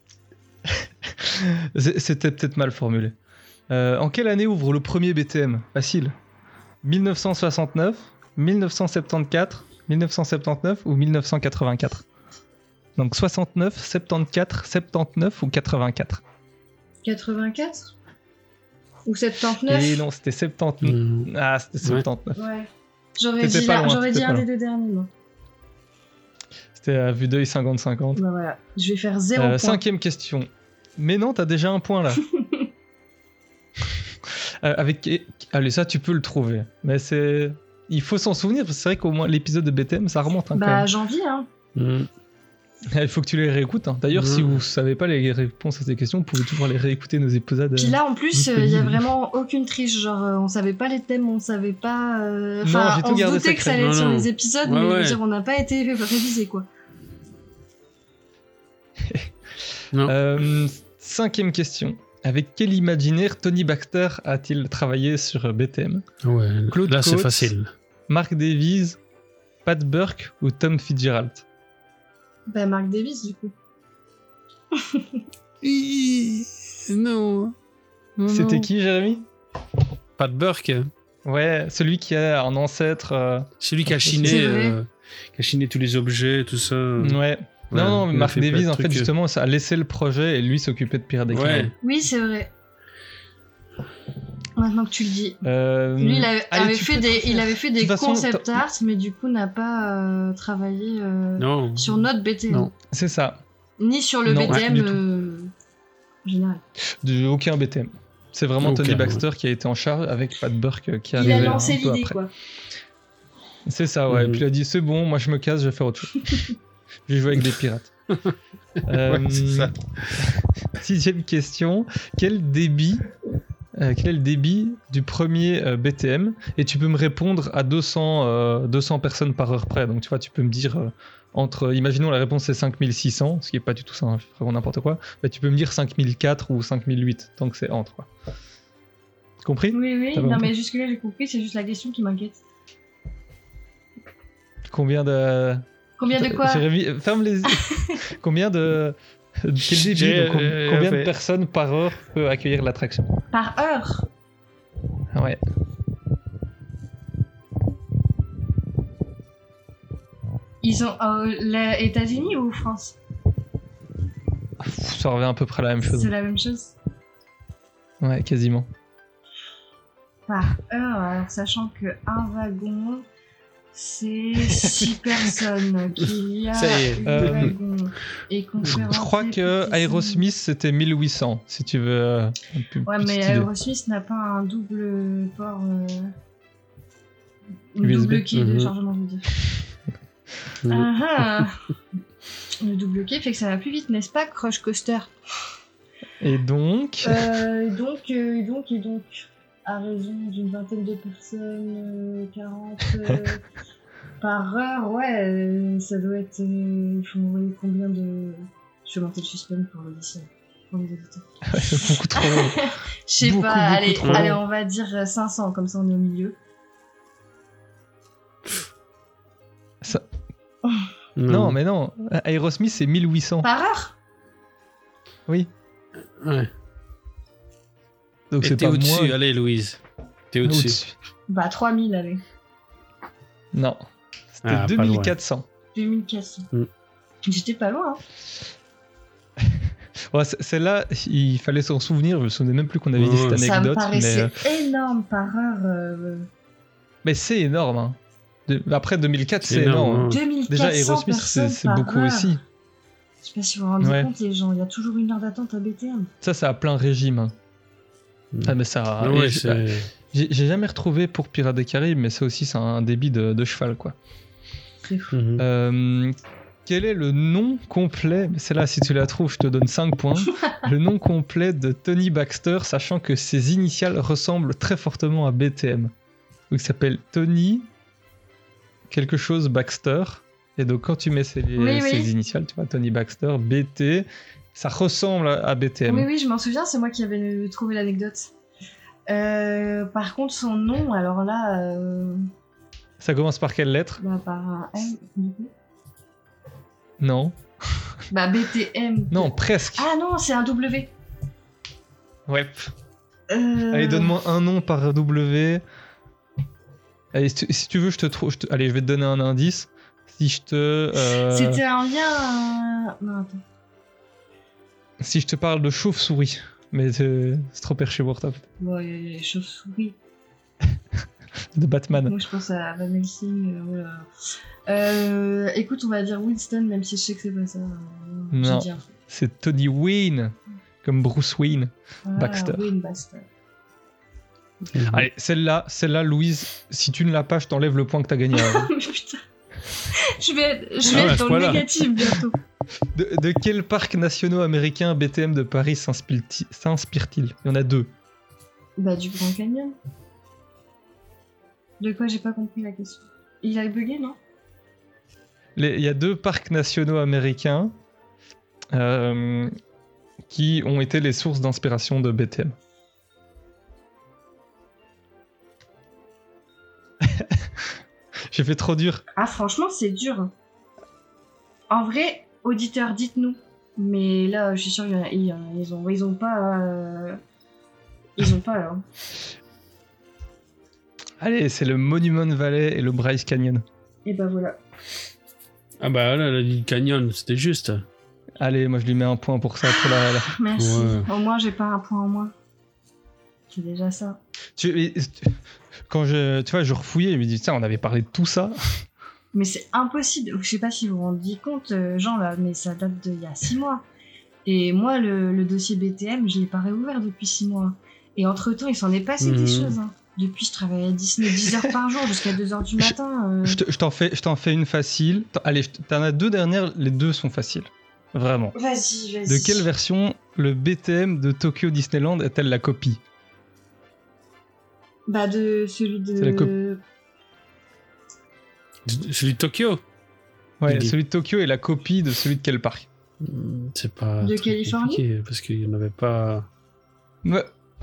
C'est- C'était peut-être mal formulé. Euh, en quelle année ouvre le premier B T M? Facile. mille neuf cent soixante-neuf, mille neuf cent soixante-quatorze, mille neuf cent soixante-dix-neuf ou mille neuf cent quatre-vingt-quatre. Donc soixante-neuf, soixante-quatorze, soixante-dix-neuf ou quatre-vingt-quatre. quatre-vingt-quatre Ou soixante-dix-neuf Et non, c'était soixante-neuf. Mmh. Ah, c'était Ouais. soixante-neuf. Ouais. J'aurais T'étais dit, pas là- loin, j'aurais dit t'étais un pas des loin. deux derniers, moi. C'était à vue d'œil cinquante cinquante. Bah voilà, je vais faire zéro Euh, point. cinquième question. Mais non, t'as déjà un point là. Euh, avec... Allez, ça tu peux le trouver. Mais c'est... Il faut s'en souvenir, parce que c'est vrai qu'au moins l'épisode de B T M, ça remonte hein, quand Bah même. janvier, hein. Mmh. Il faut que tu les réécoutes. hein. D'ailleurs, Mmh. si vous savez pas les réponses à ces questions, vous pouvez toujours les réécouter nos épisodes. Puis euh, là, en plus, il y a disponibles. vraiment aucune triche. Genre, euh, on savait pas les thèmes, on savait pas. euh, Non, Enfin, j'ai tout on se gardé doutait que ça secret. allait être Non, sur non. les épisodes, Ouais, mais je veux ouais. dire, on n'a pas été révisé, quoi. Non. Euh, cinquième question. Avec quel imaginaire Tony Baxter a-t-il travaillé sur B T M? Ouais, Claude là c'est Coates, facile. Mark Davies, Pat Burke ou Tom Fitzgerald? Bah, Mark Davis, du coup. Non. Non, C'était non. qui, Jérémy? Pat Burke. Ouais, celui qui a un ancêtre. euh, Celui qui a C'est chiné, vrai. euh, qui a chiné tous les objets, tout ça. Ouais. Non, non, mais il a Mark fait plein Davies, de en fait, trucs. justement, ça a laissé le projet et lui s'occupait de Pirates des Caraïbes. Ouais. Oui, c'est vrai. Maintenant que tu le dis. Euh, Lui, il avait, allez, avait tu fait peux des, te il faire. avait fait De des toute façon, concept t'as- art, mais du coup n'a pas euh, travaillé euh, Non. sur notre B T M. Non. C'est ça. Ni sur le Non, B T M ouais, du tout. euh, en général. De aucun B T M. C'est vraiment Aucun, Tony Baxter qui a été en charge avec Pat Burke euh, qui est Il a arrivé lancé un peu l'idée, après. quoi. C'est ça, ouais. Mhm. Puis il a dit c'est bon, moi je me casse, je vais faire autre chose. Je vais jouer avec des pirates. Euh, Ouais, c'est ça. Sixième question. Quel débit, euh, quel est le débit du premier euh, B T M? Et tu peux me répondre à deux cents, euh, deux cents personnes par heure près. Donc tu vois, tu peux me dire euh, entre, imaginons la réponse c'est cinq mille six cents, ce qui est pas du tout ça, hein, vraiment n'importe quoi. Bah, tu peux me dire cinq mille quatre ou cinq mille huit, tant que c'est entre. Quoi. Compris? Oui, oui, Ça va non, un peu. mais jusque-là j'ai compris, c'est juste la question qui m'inquiète. Combien de... Combien de quoi Jérémy, ferme les yeux. Combien de... Quel débit, J'ai- donc, com- euh, combien de fait. personnes par heure peut accueillir l'attraction? Par heure Ouais. Ils ont euh, les États-Unis ou France? Pff, Ça revient à peu près à la même chose. C'est la même chose. Ouais, quasiment. Par heure, alors sachant que un wagon, c'est six personnes, qu'il y a Ça y est. huit Euh, wagons et qu'on Je fait crois rentrer que plus de Aerosmith c'était mille huit cents, si tu veux. euh, une plus Ouais, petite mais idée. Aerosmith n'a pas un double port. Euh... Une U S B. double quai de Mhm. chargement, je veux dire. Mhm. Ah ah. Le double quai fait que ça va plus vite, n'est-ce pas, Crush Coaster? Et donc, Euh, et donc, euh, et donc, et donc, à raison d'une vingtaine de personnes, euh, quarante euh, par heure, ouais, euh, ça doit être. euh, il faut envoyer combien de. Je vais monter le suspense pour l'audition, pour les auditeurs. beaucoup trop long. Je sais Beaucoup, pas, beaucoup allez, trop allez, long. on va dire euh, cinq cents, comme ça on est au milieu. Ça- Non, mais non. Aerosmith c'est mille huit cents. Par heure? Oui. Ouais. Donc Et c'est t'es pas au-dessus, moins. allez Louise. T'es au-dessus. Au-dessus. Bah, trois mille, allez. Non. C'était Ah, pas deux mille quatre cents. deux mille quatre cents. Mm. J'étais pas loin, hein. Ouais, c- celle-là, il fallait s'en souvenir. Je me souvenais même plus qu'on avait dit Ouais. cette Ça me anecdote. mais, paraissait euh, énorme par heure. euh, mais c'est énorme. Hein. De- Après deux mille quatre, C'est c'est énorme. énorme, hein. hein. deux mille Déjà, quatre cents Aerosmith, c'est personnes c'est par beaucoup heure. aussi. Je sais pas si vous vous rendez Ouais. compte, les gens, il y a toujours une heure d'attente à B T M. Ça, c'est à plein régime. hein. Mm. Ah, mais ça. Ouais, et- c'est- J'ai, j'ai jamais retrouvé pour Pirates des Caraïbes, mais ça aussi, c'est un débit de, de cheval, quoi. C'est fou. Mhm. Euh, quel est le nom complet, mais celle-là, si tu la trouves, je te donne cinq points. Le nom complet de Tony Baxter, sachant que ses initiales ressemblent très fortement à B T M. Donc, il s'appelle Tony quelque chose Baxter. Et donc, quand tu mets ses, Oui, ses oui. initiales, tu vois, Tony Baxter, B T, ça ressemble à, à B T M. Oui, oui, je m'en souviens, c'est moi qui avais trouvé l'anecdote. Euh, par contre, son nom, alors là, euh, Ça commence par quelle lettre? bah, par un M, du coup. Non. Bah, B T M. Non, presque. Ah non, c'est un W. Ouais. Euh... Allez, donne-moi un nom par W. Allez, si tu, si tu veux, je te trouve. je te- Allez, je vais te donner un indice. Si je te. euh, C'était un lien. euh, Non, attends. Si je te parle de chauve-souris. Mais c'est, c'est trop perché pour toi. Bon, il y a les chauves-souris. De Batman. Moi, je pense à Van Helsing. euh, voilà. Euh, écoute, on va dire Winston, même si je sais que c'est pas ça. euh, j'ai Non, dit un truc. c'est Tony Wayne. Comme Bruce Wayne. Ah, Baxter. Wayne Baxter. Allez, celle-là, celle-là, Louise, si tu ne l'as pas, je t'enlève le point que t'as gagné. avant. Mais putain. Je vais être, je vais Ah ouais, à être ce dans le point-là. négatif bientôt. De, de quels parcs nationaux américains B T M de Paris s'inspire-t-il s'inspire-t-il Il y en a deux. Bah, du Grand Canyon. De quoi j'ai pas compris la question. Il a bugué, non? Les- Il y a deux parcs nationaux américains euh, qui ont été les sources d'inspiration de B T M. J'ai fait trop dur. Ah, franchement, c'est dur. En vrai, auditeurs, dites-nous. Mais là, je suis sûr qu'ils y en a- ils, ils ont, ils ont pas. euh, Ils ont pas, là. Allez, c'est le Monument Valley et le Bryce Canyon. Et bah voilà. Ah bah là, la ligne Canyon, c'était juste. Allez, moi je lui mets un point pour ça. Pour la, la- Merci. Ouais. Au moins, j'ai pas un point en moins. C'est déjà ça. Tu- mais- quand je, tu vois, je refouillais, je me dis, tiens, on avait parlé de tout ça. Mais c'est impossible. Je sais pas si vous vous rendez compte, euh, Jean, là, mais ça date d'il y a six mois. Et moi, le, le dossier B T M, je l'ai pas réouvert depuis six mois. Et entre-temps, il s'en est passé des Mhm. choses. Hein. Depuis, je travaille à Disney dix heures par jour jusqu'à deux heures du matin. euh. Je te- je t'en fais, je t'en fais une facile. T'en- Allez, je t- t'en as deux dernières, les deux sont faciles. Vraiment. Vas-y, vas-y. De quelle version le B T M de Tokyo Disneyland est-elle la copie? Bah, de celui de. C'est la copie. Celui de Tokyo. Ouais, Il dit. celui de Tokyo est la copie de celui de quel parc? Hmm, C'est pas. De très Californie compliqué, parce qu'il n'y en avait pas. Ouais.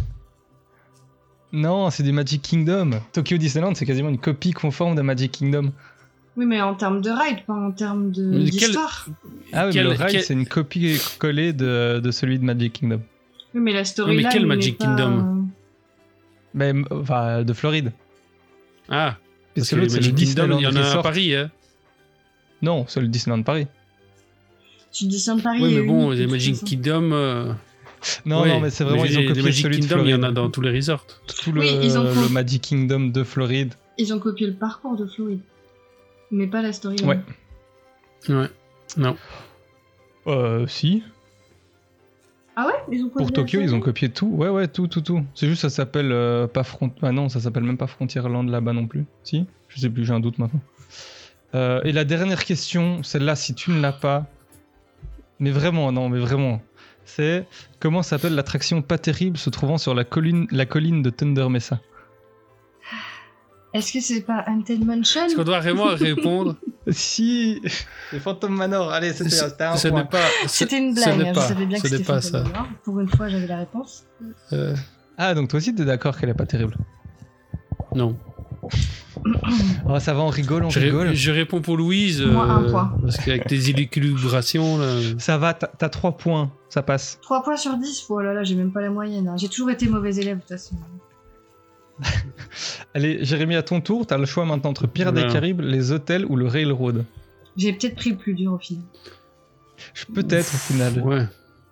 Non, c'est du Magic Kingdom. Tokyo Disneyland, c'est quasiment une copie conforme de Magic Kingdom. Oui, mais en termes de ride, pas en termes de Mais quel- d'histoire. Ah oui, Quel- mais le ride, quel- c'est une copie collée de, de celui de Magic Kingdom. Oui, mais la storyline. Mais quel n'est Magic pas- Kingdom Mais, m- enfin, de Floride. Ah, Parce parce que que l'autre, c'est Magic le Kingdom, Disneyland il y en a à Resort. Paris, hein. Non, c'est le Disneyland Paris. Tu dis ça de Paris. Oui, et mais bon, unique, les de toute Magic façon. Kingdom. euh, Non, ouais, non, mais c'est vraiment, les- ils ont les copié Magic celui de Kingdom, il y en a Floride. dans tous les resorts. Tout le, Oui, ils ont le copié. Magic Kingdom de Floride. Ils ont copié le parcours de Floride. Mais pas la storyline. Ouais. Ouais. Non. Euh, si. Ah ouais Ils ont copié Pour la Tokyo, ils ont storyline copié tout. Ouais, ouais, tout, tout, tout. C'est juste, ça s'appelle euh, pas Front. Ah non, ça s'appelle même pas Frontierland là-bas non plus. Si? Je sais plus, j'ai un doute maintenant. Euh, et la dernière question, celle-là, si tu ne l'as pas. Mais vraiment, non, mais vraiment. C'est comment s'appelle l'attraction pas terrible se trouvant sur la colline, la colline de Thunder Mesa? Est-ce que c'est pas Haunted Mansion Est-ce qu'on doit vraiment répondre? Si, c'est Phantom Manor. Allez, c'était Ce c'était un ce point. n'est pas. ce- C'était une ce blague, n'est hein, pas- je savais bien que ce n'est c'était pas Phantom ça. Manor. Pour une fois, j'avais la réponse. Euh, Ah, donc toi aussi, t'es d'accord qu'elle est pas terrible? non. Oh, ça va, on rigole, on Je, ré- rigole. je réponds pour Louise. Moi, un euh, point. Parce qu'avec tes équilibrations, là. Ça va, t'as t'as trois points, ça passe. trois points sur dix, oh là là, j'ai même pas la moyenne. hein. J'ai toujours été mauvais élève de toute façon. Allez, Jérémy, à ton tour, t'as le choix maintenant entre Pirates des Voilà. Caraïbes, les hôtels ou le Railroad. J'ai peut-être pris le plus dur au final. Je- Peut-être au final. Ouais.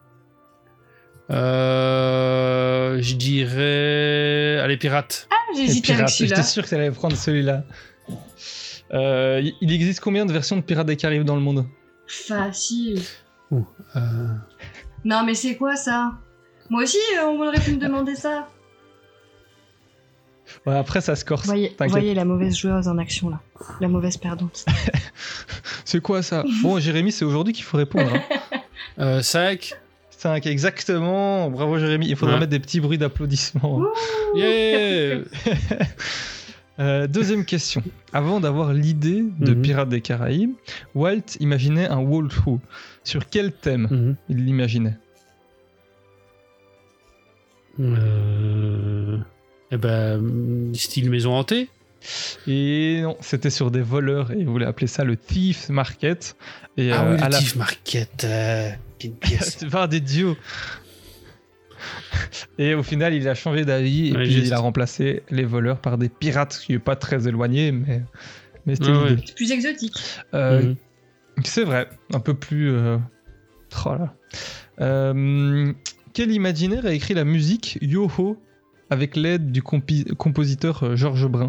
Euh, je dirais. Allez, pirates. Ah, j'ai Les hésité avec Pirates, celui-là. j'étais sûr que t'allais prendre celui-là. Euh, il- il existe combien de versions de Pirates des Caraïbes dans le monde? Facile. Ouh, euh, Non, mais c'est quoi ça? Moi aussi, euh, on aurait pu me demander ça. Ouais, après, ça se corse. Voyez, T'inquiète. voyez la mauvaise joueuse en action là, la mauvaise perdante. C'est quoi ça? Bon, Jérémy, c'est aujourd'hui qu'il faut répondre. Hein. Euh, cinq. cinq, exactement. Bravo, Jérémy. Il faudra Ouais. mettre des petits bruits d'applaudissements. Yeah. Euh, deuxième question. Avant d'avoir l'idée de Mhm. Pirates des Caraïbes, Walt imaginait un walkthrough. Sur quel thème Mhm. il l'imaginait? Euh... Eh ben, style maison hantée. Et non, c'était sur des voleurs et il voulait appeler ça le Thief Market. Et ah euh, oui, à le la Thief Market. Euh... Quelle pièce. C'est pas des dieux. Et au final, il a changé d'avis et Ouais, puis juste. il a remplacé les voleurs par des pirates, ce qui est pas très éloigné, mais, mais c'était Ah l'idée. ouais. Plus exotique. Euh, Mhm. C'est vrai, un peu plus. Euh... oh là. Euh, Quel imaginaire a écrit la musique Yo-Ho avec l'aide du compi- compositeur euh, Georges Brun?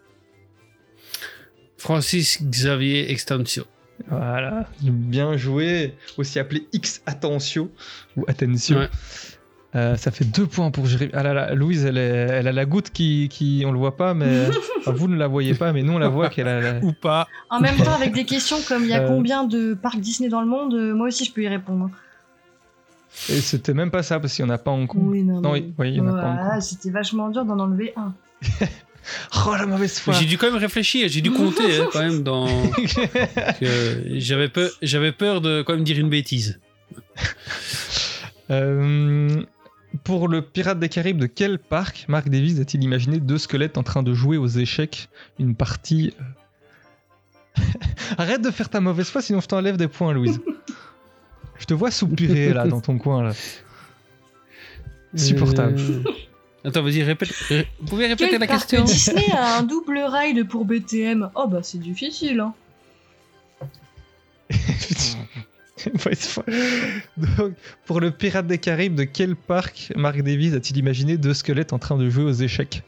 Francis Xavier Extensio. Voilà, bien joué. Aussi appelé X Attention ou Attention. Ouais. Euh, ça fait deux points pour Jérémy. Ah là là, Louise, elle, est, elle a la goutte qui, qui. On le voit pas, mais. Enfin, vous ne la voyez pas, mais nous on la voit qu'elle a. La... Ou pas. En même temps, avec des questions comme il y a Euh. combien de parcs Disney dans le monde, euh, moi aussi je peux y répondre. Et c'était même pas ça, parce qu'il n'y en a pas en compte. Oui, non, Non, mais- oui, oui, il y en a pas en Voilà, compte. c'était vachement dur d'en enlever un. Oh la mauvaise foi. J'ai dû quand même réfléchir, j'ai dû compter hein, quand même dans. que j'avais peur, j'avais peur de quand même dire une bêtise. Euh, pour le Pirate des Caraïbes, de quel parc Mark Davis a-t-il imaginé deux squelettes en train de jouer aux échecs une partie euh, Arrête de faire ta mauvaise foi, sinon je t'enlève des points, Louise. Je te vois soupirer là dans ton coin là. Supportable. Euh, Attends, vas-y, répète. ré- Vous pouvez répéter Quel la parc question Disney a un double ride pour B T M? Oh bah c'est difficile, hein. Mauvaise foi. Donc, pour le Pirate des Caraïbes, de quel parc Mark Davis a-t-il imaginé deux squelettes en train de jouer aux échecs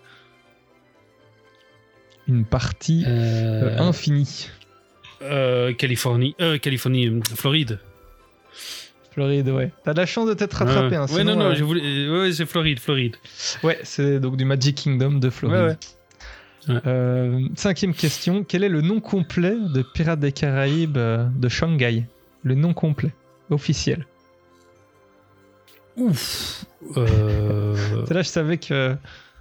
une partie Euh, euh, infinie. euh, Californie, euh, Californie, euh, Floride. Floride, ouais. T'as de la chance de t'être rattrapé. Ouais, hein, ouais, sinon, non, non, euh, je voulais. euh, Ouais, c'est Floride, Floride. Ouais, c'est donc du Magic Kingdom de Floride. Ouais, ouais. Euh, cinquième question. Quel est le nom complet de Pirates des Caraïbes euh, de Shanghai? Le nom complet, officiel. Ouf. Euh... C'est là je savais que...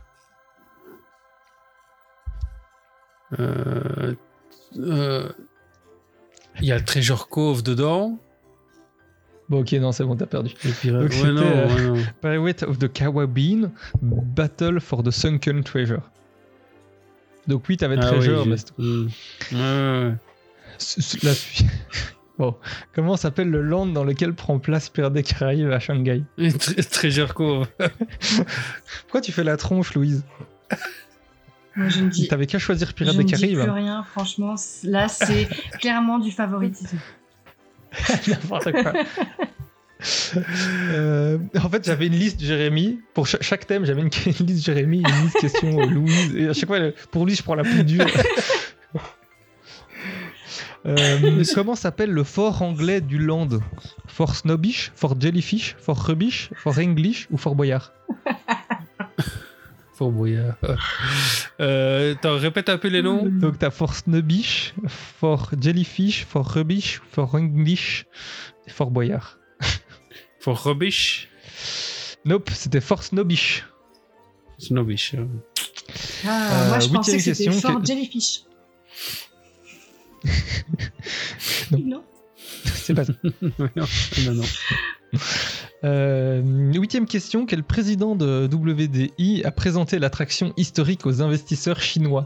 euh, euh, Il y a Treasure Cove dedans. Bon ok, non c'est bon, t'as perdu. Et puis, euh, Donc, ouais, c'était, non, euh, ouais, non. Pirate of the Caribbean, Battle for the Sunken Treasure. Donc oui, t'avais Ah Treasure, oui, mais j'ai- c'est- Mm. Ouais, ouais, ouais. c- c- la suite. Bon, comment s'appelle le land dans lequel prend place Pirates des Caraïbes à Shanghai? Tre- Treasure Cove. Pourquoi tu fais la tronche, Louise? Moi je ne dis, T'avais qu'à choisir je Pirates ne des dis Caraïbes. plus rien, franchement. c- Là c'est clairement du favoritisme. N'importe quoi. Euh, en fait, j'avais une liste Jérémy. Pour cha- chaque thème, j'avais une, une liste Jérémy, une liste question euh, Louise. Et à chaque fois, le- pour lui, je prends la plus dure. Euh, comment s'appelle le fort anglais du Land? Fort Snobbish, Fort Jellyfish, Fort Rubbish, Fort English ou Fort Boyard? Fort Boyard. Euh, attends, répète un peu les noms. Donc t'as Fort Snobbish, Fort Jellyfish, Fort Rubbish, Fort English et Fort Boyard. Fort Rubbish. Nope, c'était Fort Snobbish. Snobbish. euh. Ah, Euh, moi je pensais huitième que c'était question, Fort que- Jellyfish. Non. Non. C'est pas ça. non, non, non. Euh, huitième question. Quel président de W D I a présenté l'attraction historique aux investisseurs chinois?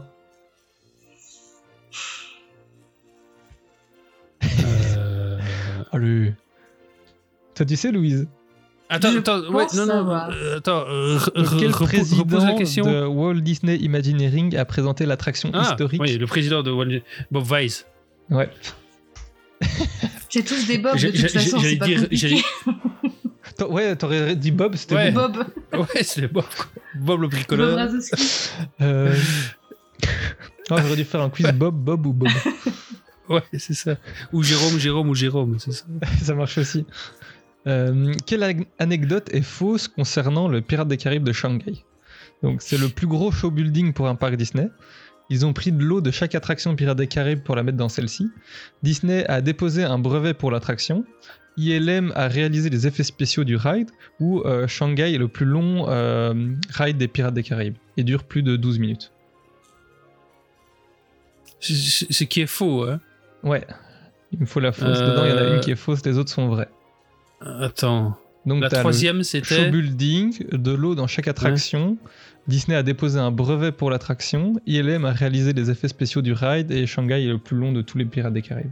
Euh, Allez. Toi, tu sais, Louise? Attends, Je attends, ouais, pense non, non, savoir. euh, attends, euh, re- Donc, quel re- repose- président repose la question. de Walt Disney Imagineering a présenté l'attraction Ah, historique? oui, le président de Walt- Bob Weiss. Ouais. C'est tous des bobs de J'ai- toute j'ai- façon, j'allais c'est pas dire- compliqué. j'allais- T'a- Ouais, t'aurais dit Bob, c'était Ouais. bon. Bob. Ouais, c'est Bob, quoi. Bob le Bob bricoleur. Razowski. Euh... non, j'aurais dû faire un quiz Bob, Bob ou Bob. Ouais, c'est ça. Ou Jérôme, Jérôme ou Jérôme, c'est ça. Ça marche aussi. Euh, quelle ag- anecdote est fausse concernant le Pirate des Caraïbes de Shanghai? Donc c'est le plus gros show building pour un parc Disney. Ils ont pris de l'eau de chaque attraction Pirates des Caraïbes pour la mettre dans celle-ci. Disney a déposé un brevet pour l'attraction. I L M a réalisé les effets spéciaux du ride, où euh, Shanghai est le plus long euh, ride des Pirates des Caraïbes et dure plus de douze minutes. Ce, ce qui est faux, hein. Ouais, il me faut la fausse. Euh... Dedans, il y en a une qui est fausse, les autres sont vraies. Attends. Donc, la troisième, c'était show building, de l'eau dans chaque attraction. Ouais. Disney a déposé un brevet pour l'attraction. I L M a réalisé les effets spéciaux du ride et Shanghai est le plus long de tous les Pirates des Caraïbes.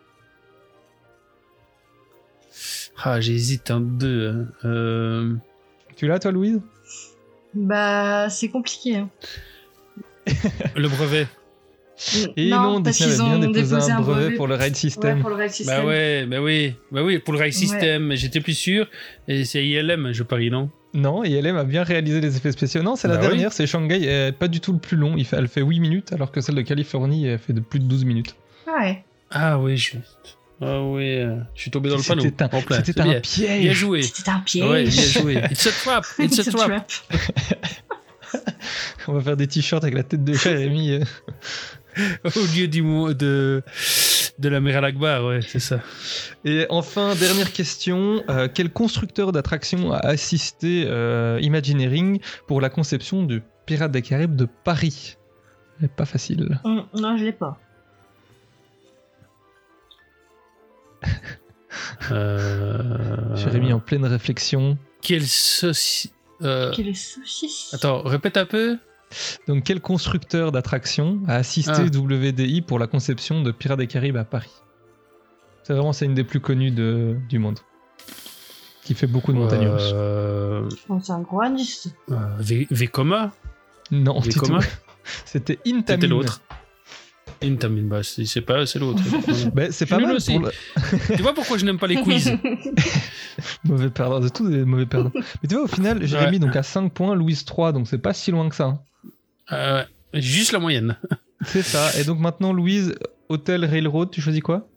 Ah, j'hésite un deux. Hein. Euh... Tu l'as, toi, Louise? Bah, c'est compliqué. Hein. Le brevet. Et non, non Disney avait bien déposé, déposé un brevet, brevet pour le ride system. Ouais, pour le ride system. Bah ouais, bah oui, bah oui, pour le ride system. Ouais. J'étais plus sûr. Et c'est I L M, je parie, non? Non, I L M a bien réalisé les effets spéciaux. Non, c'est bah la oui. dernière, c'est Shanghai, est pas du tout le plus long. Il fait, elle fait huit minutes, alors que celle de Californie, elle fait de plus de douze minutes. Ah ouais. Ah oui, je... Ah oui, euh, je suis tombé dans le panneau. C'était un, en plein. C'était un bien. piège. Bien joué. C'était un piège. Ouais, bien joué. It's a trap. It's, It's a, a trap. trap. On va faire des t-shirts avec la tête de Jérémy. Au lieu du mot de, de la Mère Al-Akbar, ouais, c'est ça. Et enfin, dernière question. Euh, quel constructeur d'attractions a assisté euh, Imagineering pour la conception du Pirates des Caraïbes de Paris? C'est pas facile. Mmh, non, je l'ai pas. euh... Jérémy en pleine réflexion. Quel saucisson euh... Quel saucisson Attends, répète un peu. Donc, quel constructeur d'attractions a assisté ah. W D I pour la conception de Pirates des Caraïbes à Paris? C'est vraiment c'est une des plus connues de, du monde, qui fait beaucoup de montagnes russes. Euh... Oh, c'est un gros indice. Euh, v- Vekoma Non, Vekoma c'était Intamin. C'était l'autre. Intamin, bah c'est, c'est pas, c'est l'autre. bah, c'est pas mal aussi. Pour le... Tu vois pourquoi je n'aime pas les quiz? Mauvais perdant, de tous des mauvais perdants. Mais tu vois, au final, Jérémy ouais. donc à cinq points, Louise trois, donc c'est pas si loin que ça. Euh, juste la moyenne. C'est ça. Et donc maintenant, Louise, Hôtel Railroad, tu choisis quoi?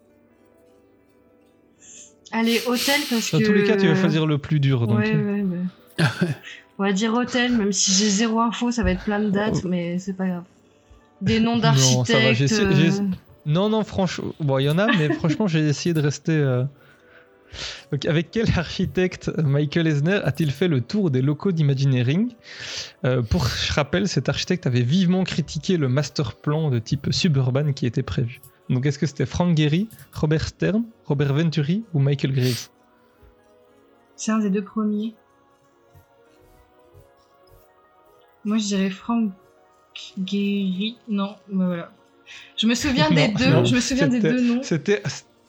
Allez, Hôtel, parce Dans que... Dans tous les cas, tu vas choisir le plus dur. Donc... Ouais, ouais, ouais. On va dire Hôtel, même si j'ai zéro info, ça va être plein de dates, oh. mais c'est pas grave. Des noms d'architectes. Non, ça va, j'ai essayé, j'ai... Euh... non, non, franchement, bon, il y en a, mais franchement, j'ai essayé de rester. Euh... Donc, avec quel architecte Michael Eisner a-t-il fait le tour des locaux d'Imagineering? euh, Pour rappel, cet architecte avait vivement critiqué le master plan de type suburban qui était prévu. Donc, est-ce que c'était Frank Gehry, Robert Stern, Robert Venturi ou Michael Graves? C'est un des deux premiers. Moi, je dirais Frank Gehry. Non, bah voilà. Je me souviens des non, deux. Non, je me souviens des deux noms. C'était.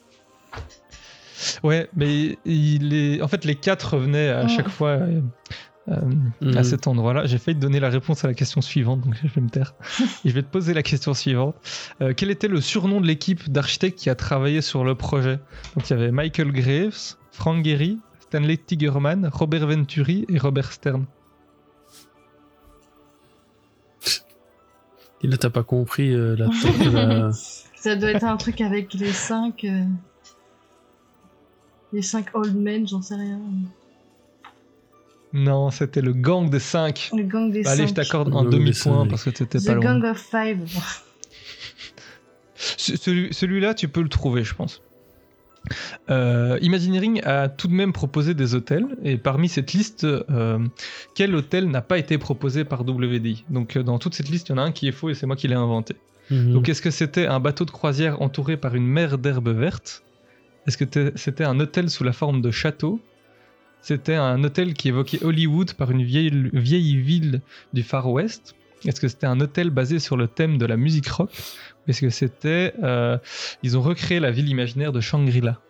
Ouais, mais il est. En fait, les quatre revenaient à oh. chaque fois euh, euh, mmh. à cet endroit-là. J'ai failli te donner la réponse à la question suivante, donc je vais me taire. Et je vais te poser la question suivante. Euh, quel était le surnom de l'équipe d'architectes qui a travaillé sur le projet? Donc il y avait Michael Graves, Frank Gehry, Stanley Tigerman, Robert Venturi et Robert Stern. Et là, t'as pas compris euh, la tête de la... Ça doit être un truc avec les cinq... Euh... Les cinq old men, j'en sais rien. Non, c'était le gang des cinq. Le gang des bah, cinq. Allez, je t'accorde un demi-point parce que t'étais The pas loin. The gang of five. Celui, celui-là, tu peux le trouver, je pense. Euh, Imagineering a tout de même proposé des hôtels, et parmi cette liste, euh, quel hôtel n'a pas été proposé par W D I? Donc, dans toute cette liste, il y en a un qui est faux et c'est moi qui l'ai inventé. Mmh. Donc, est-ce que c'était un bateau de croisière entouré par une mer d'herbe verte? Est-ce que c'était un hôtel sous la forme de château? C'était un hôtel qui évoquait Hollywood par une vieille, vieille ville du Far West? Est-ce que c'était un hôtel basé sur le thème de la musique rock? Ou est-ce que c'était... Euh, ils ont recréé la ville imaginaire de Shangri-La?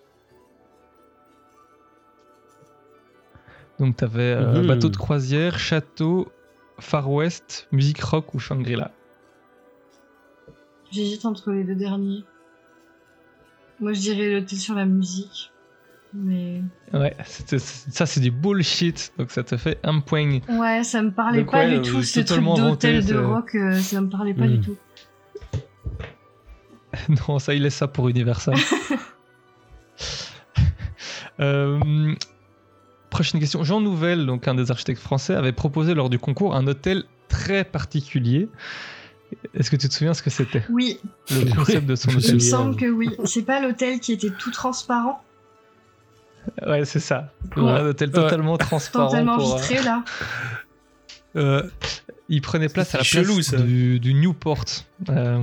Donc t'avais euh, mmh. bateau de croisière, château, Far West, musique rock ou Shangri-La? J'hésite entre les deux derniers. Moi, je dirais l'hôtel sur la musique, mais... Ouais, c'est, c'est, ça, c'est du bullshit, donc ça te fait un point. Ouais, ça me parlait donc, pas ouais, du tout, ce truc d'hôtel de rock, euh, ça me parlait pas mmh. du tout. Non, ça, il laisse ça pour Universal. euh, prochaine question. Jean Nouvel, donc un des architectes français, avait proposé lors du concours un hôtel très particulier. Est-ce que tu te souviens ce que c'était ? Oui. Le concept de son Il hôtel. me semble que oui. C'est pas l'hôtel qui était tout transparent ? Ouais, c'est ça. Ouais. Un hôtel totalement Ouais. transparent. Totalement pour, vitré, là. Euh, il prenait place C'est à la chelou, place ça. du, du Newport. Euh,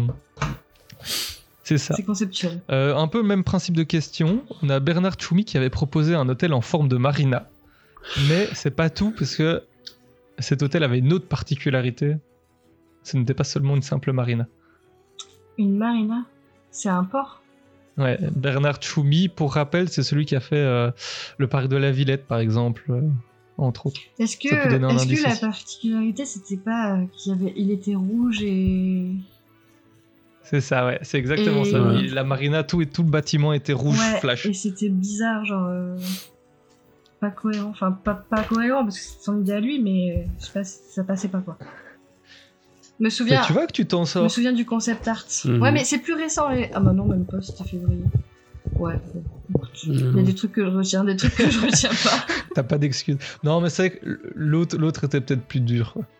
c'est ça. C'est conceptuel. Euh, un peu le même principe de question. On a Bernard Tchoumi qui avait proposé un hôtel en forme de marina. Mais c'est pas tout, parce que cet hôtel avait une autre particularité. Ce n'était pas seulement une simple marina. Une marina ? C'est un port ? Ouais, Bernard Tchoumi, pour rappel, c'est celui qui a fait euh, le parc de la Villette, par exemple, euh, entre autres. Est-ce que, Ça peut donner un est-ce indice que la aussi. particularité, c'était pas euh, qu'il y avait, il était rouge et... C'est ça, ouais, c'est exactement Et- ça. Ouais. Il- La marina, tout, et tout le bâtiment était rouge Ouais, flash. et c'était bizarre, genre... euh, pas cohérent. Enfin, pas, pas cohérent, parce que c'est son idée à lui, mais euh, je sais pas, ça passait pas, quoi. Je me souviens... Mais tu vois que tu t'en Je me sors. souviens du concept art. Mhm. Ouais, mais c'est plus récent. Les... Ah bah non, même pas, c'était février. Ouais, bon, écoute, il y a Mhm. des trucs que je retiens, des trucs que je retiens pas. T'as pas d'excuses. Non, mais c'est vrai que l'autre, l'autre était peut-être plus dur. quoi.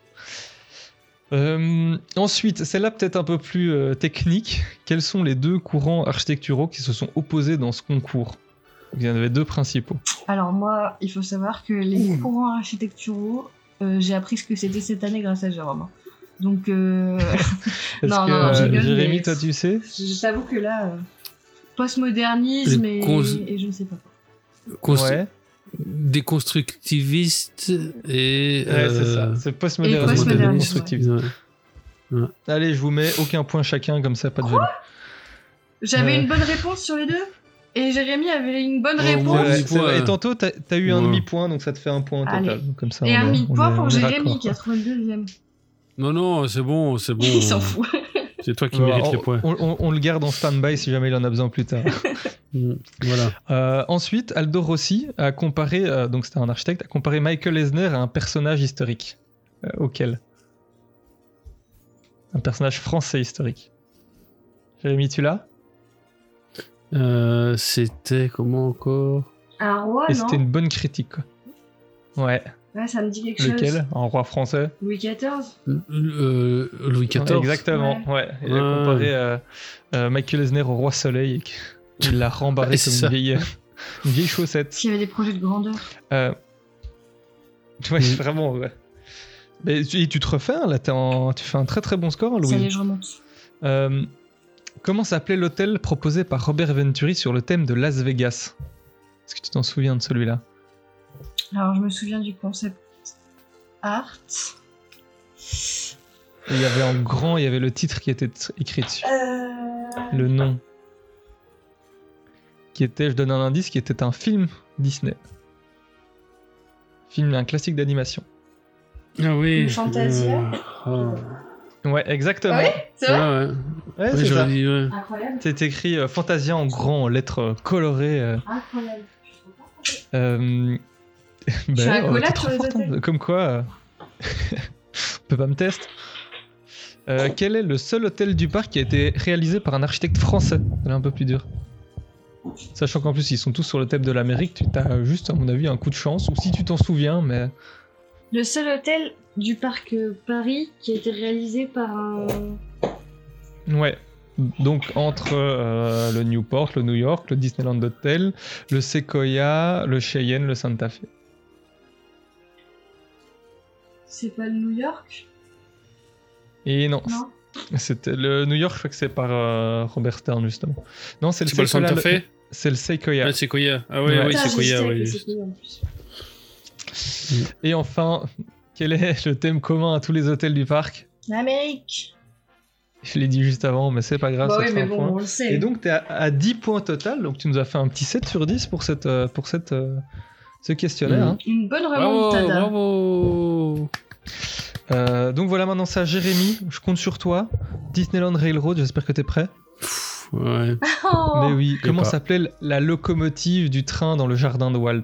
Euh, ensuite, celle-là peut-être un peu plus euh, technique. Quels sont les deux courants architecturaux qui se sont opposés dans ce concours ? Il y en avait deux principaux. Alors moi, il faut savoir que les courants architecturaux, euh, j'ai appris ce que c'était cette année grâce à Jérôme. Donc, euh... Est-ce non, que, non, non, je euh, rigole, Jérémy, mais toi, tu sais ? je t'avoue que là, euh, postmodernisme Les et... cons- et je ne sais pas. Constru- Ouais, Des constructivistes et. ouais c'est ça. euh, C'est Et postmodernisme, postmodernisme, et constructivisme. ouais. Allez, je vous mets aucun point chacun, comme ça, pas de jeu. J'avais Ouais. une bonne réponse sur les deux et Jérémy avait une bonne Oh, réponse. moi, Ouais, demi c'est vrai. point. Et tantôt, t'as, t'as eu un Ouais. demi-point, donc ça te fait un point au total. Allez. Donc, comme ça, Et on un est- demi-point on est- pour on est Jérémy raccord, qui a quoi. trouvé le deuxième. Non, non, c'est bon, c'est bon. Il s'en fout. C'est toi qui Voilà, mérites on, les points. on- on- on le garde en stand-by si jamais il en a besoin plus tard. Mm, Voilà. Euh, ensuite, Aldo Rossi a comparé, euh, donc c'était un architecte, a comparé Michael Eisner à un personnage historique. Euh, auquel ? Un personnage français historique. Jérémy, tu l'as ? Euh, C'était comment encore? Un roi, Et non c'était une bonne critique, quoi. Ouais. Ouais, ça me dit quelque chose. Lequel ? Un roi français ? Louis quatorze Euh, Louis Ouais, quatorze. exactement, ouais. Il a Ouais. comparé euh, euh, Michael Eisner au roi Soleil et qu'il l'a rembarré Ouais, comme c'est une ça. vieille, une vieille chaussette. S'il y avait des projets de grandeur. Euh... Ouais, Mm. vraiment, ouais. Mais tu, et tu te refais, hein, là, t'es en- tu fais un très très bon score, hein, Ça y est, Louis. je remonte. Euh, Comment s'appelait l'hôtel proposé par Robert Venturi sur le thème de Las Vegas ? Est-ce que tu t'en souviens de celui-là ? Alors, je me souviens du concept art. Et il y avait en grand, il y avait le titre qui était t- écrit dessus. Euh... Le nom. Qui était, je donne un indice, qui était un film Disney. Film, un classique d'animation. Ah oui. Une Fantasia. Euh, oh. Ouais, exactement. Ah ouais C'est Ouais, vrai ouais. Ouais, Ouais, c'est j'aurais ça. dit, ouais. Incroyable. C'est écrit euh, Fantasia en grand, en lettres euh, colorées. euh, Incroyable. euh, fais ben, un oh, collab t'es sur trop les forte, hôtels. hein. Comme quoi, euh, on peut pas me tester. Euh, quel est le seul hôtel du parc qui a été réalisé par un architecte français ? C'est un peu plus dur. Sachant qu'en plus ils sont tous sur le thème de l'Amérique, tu as juste à mon avis un coup de chance, ou si tu t'en souviens, mais... Le seul hôtel du parc euh, Paris qui a été réalisé par un... Ouais. Donc entre euh, le Newport, le New York, le Disneyland Hotel, le Sequoia, le Cheyenne, le Santa Fe. C'est pas le New York Et non, Non c'était le New York, je crois que c'est par euh, Robert Stern justement. Non, c'est le C'est pas le Sequoia. Santa Fe? C'est le Sequoia. Ouais, c'est Koya. Ah ouais, Ouais. oui, Putain, c'est j'hésitais Koya, avec ouais. le Sequoia, en plus. Et enfin, quel est le thème commun à tous les hôtels du parc ? L'Amérique. Je l'ai dit juste avant, mais c'est pas grave. Bah ça oui, te fait mais un bon, point. on le sait. Et donc, tu es à, à dix points total, donc tu nous as fait un petit sept sur dix pour, cette, euh, pour cette, euh, ce questionnaire. Mhm. hein. Une bonne Bravo, remontada. bravo. Euh, donc voilà, maintenant c'est à Jérémy, je compte sur toi. Disneyland Railroad, j'espère que t'es prêt. Ouais. Oh Mais oui, je sais comment pas. s'appelait la locomotive du train dans le jardin de Walt ?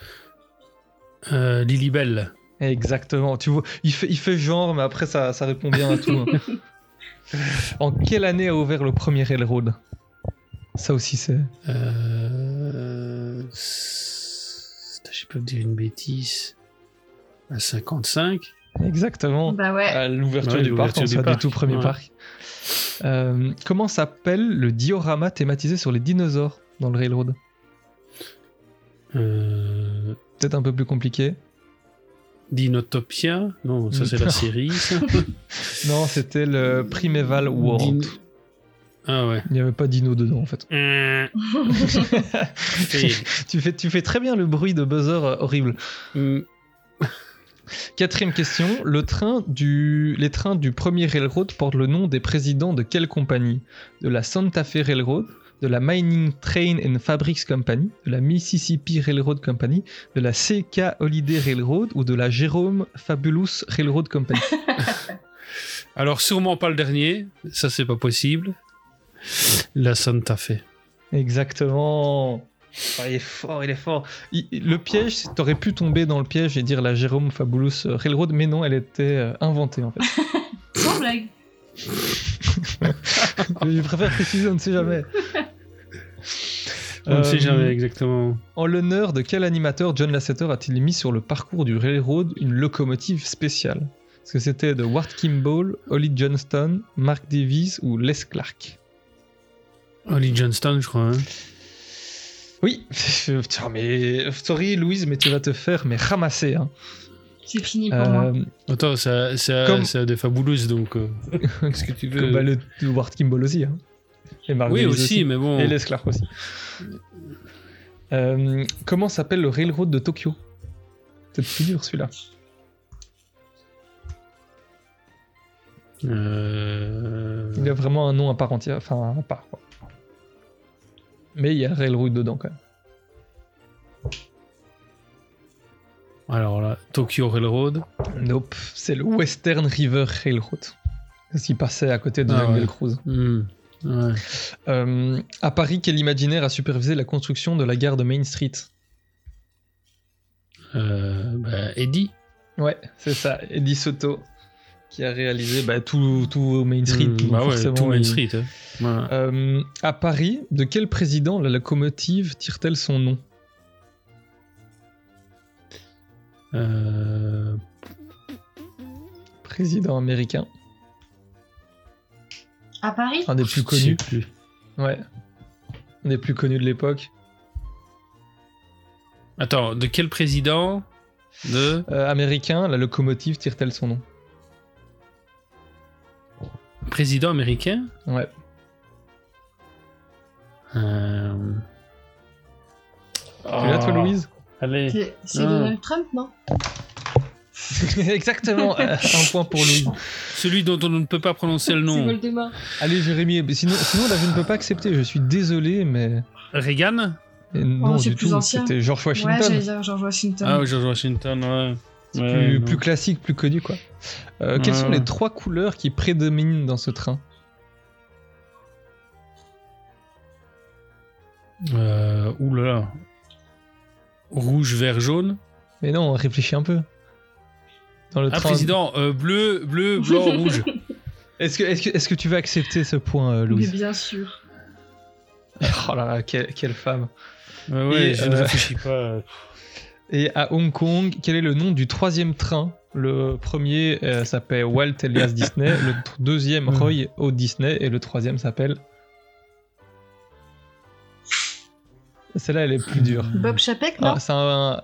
Euh, Lilibelle. Exactement, tu vois, il fait, il fait genre, mais après ça, ça répond bien à tout. hein. En quelle année a ouvert le premier railroad ? Ça aussi c'est... Euh... C'était je peux dire une bêtise, à cinquante-cinq. Exactement. Bah ouais. À l'ouverture Ouais, du parc, l'ouverture on du soit du parc, tout premier ouais. parc. Euh, comment s'appelle le diorama thématisé sur les dinosaures dans le Railroad? Euh... Peut-être un peu plus compliqué. Dinotopia? Non, ça c'est la série. Ça. Non, c'était le Primeval World. Din- Ah ouais. Il n'y avait pas Dino dedans en fait. Euh, tu, fais, tu fais très bien le bruit de buzzer euh, horrible. mm, Quatrième question. Le train du, les trains du premier Railroad portent le nom des présidents de quelle compagnie? De la Santa Fe Railroad, de la Mining Train and Fabrics Company, de la Mississippi Railroad Company, de la C K Holiday Railroad ou de la Jerome Fabulous Railroad Company. Alors sûrement pas le dernier, ça c'est pas possible. La Santa Fe. Exactement. Oh, il est fort, il est fort. Il- le piège, t'aurais pu tomber dans le piège et dire la Jerome Fabulous Railroad, mais non, elle était euh, inventée en fait. Sans blague. Je préfère préciser, on ne sait jamais. On ne sait Euh, jamais exactement. En l'honneur de quel animateur John Lasseter a-t-il mis sur le parcours du Railroad une locomotive spéciale? Est-ce que c'était de Ward Kimball, Ollie Johnston, Mark Davies ou Les Clark? Ollie Johnston, je crois. Hein. Oui, putain, mais sorry Louise, mais tu vas te faire mais ramasser. Hein. C'est fini pour moi. Euh, Attends, c'est c'est Comme- c'est des fabulous, donc euh, qu'est-ce que tu veux? Comme bah, le, le Ward Kimball aussi. Hein. Et Mark Oui, Davies aussi, mais bon. Et Les Clark aussi. Euh, comment s'appelle le Railroad de Tokyo? C'est plus dur celui-là. Euh... Il a vraiment un nom à part entière, enfin à part. Quoi. Mais il y a Railroad dedans quand même. Alors là, Tokyo Railroad. Nope, c'est le Western River Railroad. Parce qu'il passait à côté de Ah Jungle ouais. Cruise. Hmm, ouais. Euh, à Paris, quel imaginaire a supervisé la construction de la gare de Main Street? Euh, bah, Eddie. Ouais, c'est ça, Eddie Soto, qui a réalisé bah, tout, tout Main Street. Hmm, donc bah ouais, forcément, tout Main il- Street. Hein. Ouais. Euh, à Paris, de quel président la locomotive tire-t-elle son nom? Euh... Président américain. À Paris? Un des plus Je sais connus. plus. Ouais. Un des plus connus de l'époque. Attends, de quel président de Euh, américain, la locomotive tire-t-elle son nom? président américain? Ouais. Euh... Tu l'as toi, Louise? Allez. C'est c'est Ah. Donald Trump, non? Exactement, euh, un point pour Louise. Celui dont on ne peut pas prononcer le C'est nom. Voldemort. Allez, Jérémy, mais sinon, sinon là, je ne peux pas accepter. Je suis désolé, mais. Reagan? Et non, Oh, c'est du plus tout. ancien. C'était George Ouais, Washington. j'allais dire George Washington. Ah, George Washington, ouais. C'est Ouais, plus, non. plus classique, plus connu, quoi. Euh, quelles sont Ouais. les trois couleurs qui prédominent dans ce train? Euh, ouh là là. Rouge, vert, jaune. Mais non, réfléchis un peu. Dans le Ah, train. président, euh, bleu, bleu, blanc, rouge. Est-ce que, est-ce que, est-ce que tu veux accepter ce point, euh, Mais Louise? bien sûr. Oh là là, quelle, quelle femme. Ouais, ouais, Et, je euh, ne réfléchis pas. Et à Hong Kong, quel est le nom du troisième train? Le premier euh, s'appelle Walt Elias Disney, le t- deuxième Hmm. Roy O. Disney et le troisième s'appelle... Celle-là, elle est plus dure. Bob Chapek, non? Ah, c'est un...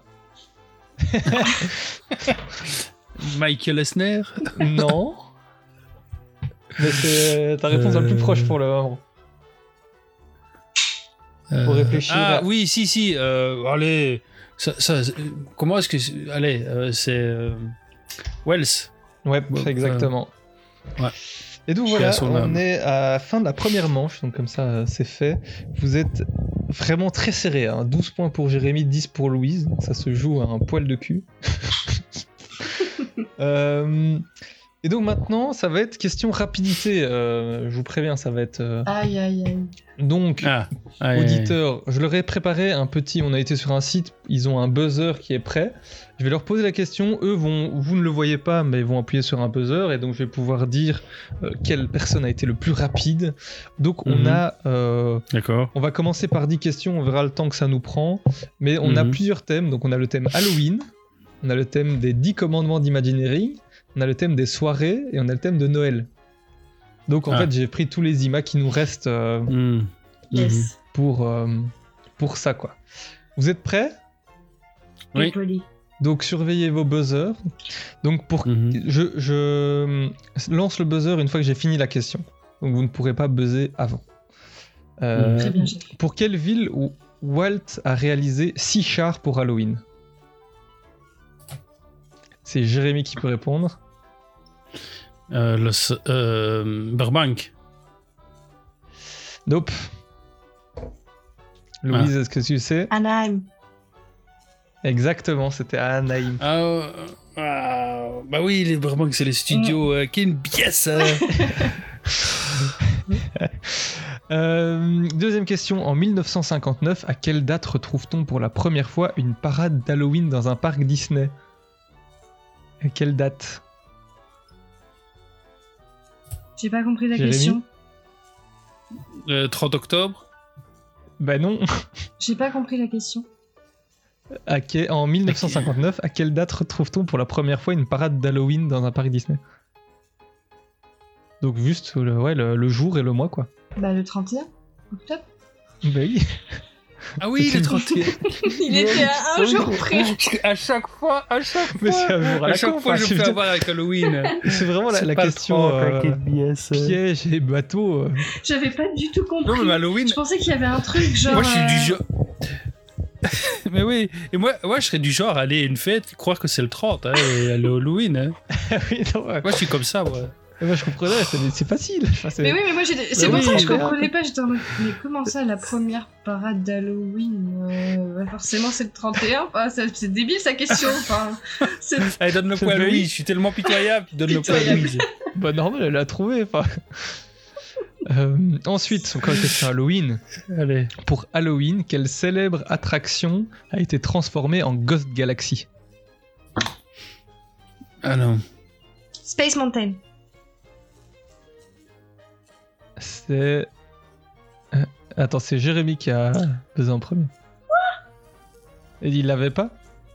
Michael Esner. Non. Mais c'est ta réponse la plus Euh. proche pour le moment. Faut réfléchir. Ah à- oui, si, si. euh, allez. Ça, ça, euh, comment est-ce que. c'est- Allez, euh, c'est. euh, Wells. Ouais, Bon, exactement. ouais. Et donc voilà, à son on âme. est à la fin de la première manche, donc comme ça euh, c'est fait. Vous êtes vraiment très serré, hein. douze points pour Jérémy, dix pour Louise, donc ça se joue à un poil de cul. Euh, Et donc maintenant, ça va être question rapidité. Euh, je vous préviens, ça va être. Euh... Aïe, aïe, aïe. Donc, Ah, aïe, auditeurs, je leur ai préparé un petit. On a été sur un site, ils ont un buzzer qui est prêt. Je vais leur poser la question. Eux vont, vous ne le voyez pas, mais ils vont appuyer sur un buzzer et donc je vais pouvoir dire euh, quelle personne a été le plus rapide. Donc on Mhm. a. Euh, D'accord. on va commencer par dix questions. On verra le temps que ça nous prend. Mais on a Mhm. plusieurs thèmes. Donc on a le thème Halloween. On a le thème des dix commandements d'Imagineering. On a le thème des soirées et on a le thème de Noël. Donc en Ah. fait, j'ai pris tous les I M A qui nous restent euh, Mhm. Yes. pour, euh, pour ça, quoi. Vous êtes prêts? Oui. Poli. Donc surveillez vos buzzers. Donc pour Mhm. je, je lance le buzzer une fois que j'ai fini la question. Donc vous ne pourrez pas buzzer avant. Euh, Très bien, j'ai fait. pour quelle ville où Walt a réalisé six chars pour Halloween? C'est Jérémy qui peut répondre. Euh, le, s- euh, Burbank. Nope. Louise, est-ce que tu sais? Anaheim. Exactement, c'était à Anaheim. Ah, euh, ah, bah oui, les Burbank, c'est les studios. Euh, quelle pièce euh. Euh, deuxième question. En mille neuf cent cinquante-neuf, à quelle date retrouve-t-on pour la première fois une parade d'Halloween dans un parc Disney? À quelle date? J'ai pas compris la Jérémy question. Euh, trente octobre. Bah non. J'ai pas compris la question. À que- En mille neuf cent cinquante-neuf, à quelle date retrouve-t-on pour la première fois une parade d'Halloween dans un parc Disney? Donc juste le, ouais, le, le jour et le mois, quoi. Bah, le trente et un octobre. Bah oui. Ah oui, le trente et un. Il était à un jour près. À chaque fois, à chaque fois. Mais c'est un jour à À la chaque con, fois, enfin, je je me veux fais dire, avoir avec Halloween. c'est vraiment la, C'est la pas le question trente, euh, t'inquiète bien, ça. piège et bateau. euh. J'avais pas du tout compris. Non, mais Halloween. Je pensais qu'il y avait un truc genre. Moi, je suis du euh, genre. Mais oui, et moi, moi, je serais du genre à aller à une fête, croire que c'est le trente, hein, et aller au Halloween. Hein. Oui, non, ouais. Moi, je suis comme ça, moi. Et moi je comprenais, c'est, c'est facile. Enfin, c'est- Mais oui, mais moi j'ai. C'est Mais pour oui, ça que je mais- comprenais pas. J'étais en mode. Mais comment ça, la première parade d'Halloween euh, bah forcément, c'est le trente et un. Enfin, c'est c'est débile sa question. Enfin, c'est. Allez, donne le point à Oui. Louise, je suis tellement pitoyable, donne le point à Pitoyable. Louise. Bah normal, elle l'a trouvé. Enfin. Euh, ensuite, encore une question Halloween. Allez. Pour Halloween, quelle célèbre attraction a été transformée en Ghost Galaxy? Ah non. Space Mountain. C'est... Euh, Attends, c'est Jérémy qui a pesé en premier. Et il l'avait pas?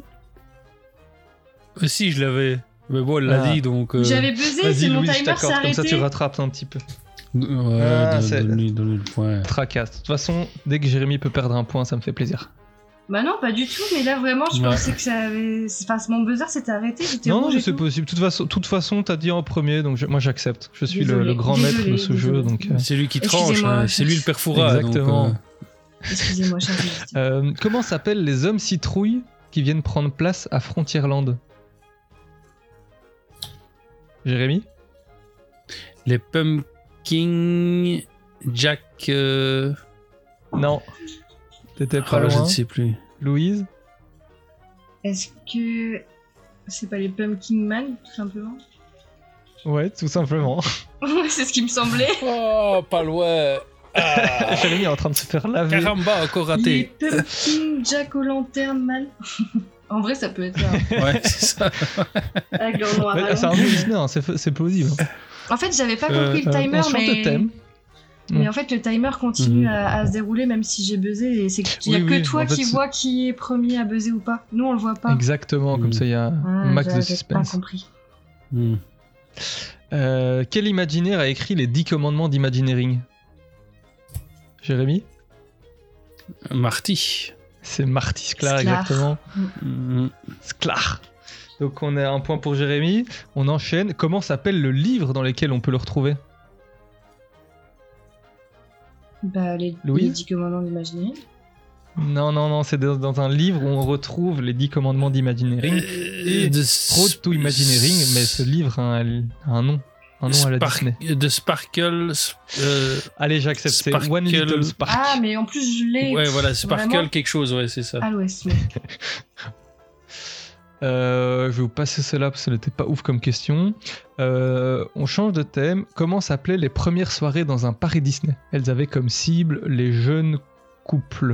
Euh, si, je l'avais. Mais bon, elle l'a Ah. dit, donc... euh, J'avais buzzé, Vas-y c'est mon Louise, je timer s'est t'accorde, comme ça tu arrêté. rattrapes un petit peu. Ouais, Ah, donne- c'est- donne-lui donne-lui le point. Tracasse. De toute façon, dès que Jérémy peut perdre un point, ça me fait plaisir. Bah non, pas du tout. Mais là, vraiment, je Ouais. pensais que ça avait. Enfin, mon buzzer s'était arrêté. J'étais Non, rouge mais et c'est tout. possible. De toute façon, toute façon, t'as dit en premier, donc je- moi j'accepte. Je suis le, Désolé, le grand maître désolé, de ce jeu, désolé. donc. euh, C'est lui qui tranche, Excusez-moi, hein, je- c'est lui le perfora. Exactement. Donc, Excusez-moi, cher Louis. Euh, comment s'appellent les hommes citrouilles qui viennent prendre place à Frontierland? Jérémy? euh, les Pumpkin Jack... euh, Non. T'étais ah, pas je loin. ne sais plus. Louise? Est-ce que. C'est pas les Pumpkin Man, tout simplement? Ouais, tout simplement. C'est ce qui me semblait. Oh, pas loin. Ah, Jérémy est en train de se faire laver. caramba, encore Les raté. Pumpkin Jack o' Lantern Man. En vrai, ça peut être ça. Ouais, c'est ça. Avec leur noir Ouais, à c'est un l'ombre. jeu Disney, hein, c'est, c'est plausible. En fait, j'avais pas Euh, compris le Euh, timer, on change mais. de thème. Mais en fait, le timer continue Mhm. à, à se dérouler même si j'ai buzzé. Et c'est qu'il y a Oui, que oui, toi en fait, qui c'est- vois qui est premier à buzzer ou pas. Nous, on le voit pas. Exactement, comme Mm. ça il y a Ah, un max de j'avais suspense. pas compris. Hmm. Euh, quel imaginaire a écrit les dix commandements d'Imagineering? Jérémy? Marty. C'est Marty Sklar, Sklar. exactement. Hmm. Sklar. Donc on a un point pour Jérémy. On enchaîne. Comment s'appelle le livre dans lequel on peut le retrouver? Bah, les, Louise les dix commandements d'Imagineering. Non, non, non, c'est dans, dans un livre où on retrouve les dix commandements d'Imagineering. Euh, Et de Road to Imagineering, mais ce livre a un, a un nom. Un nom à la Spar- Disney. de Sparkle. euh, Allez, j'accepte. C'est Sparkle. One Little Spark. Ah, mais en plus, je l'ai. ouais, voilà, Sparkle Vraiment quelque chose, ouais, c'est ça. À l'ouest, mais. Euh, je vais vous passer celle-là parce que ce n'était pas ouf comme question. Euh, on change de thème. Comment s'appelaient les premières soirées dans un parc Disney ? Elles avaient comme cible les jeunes couples.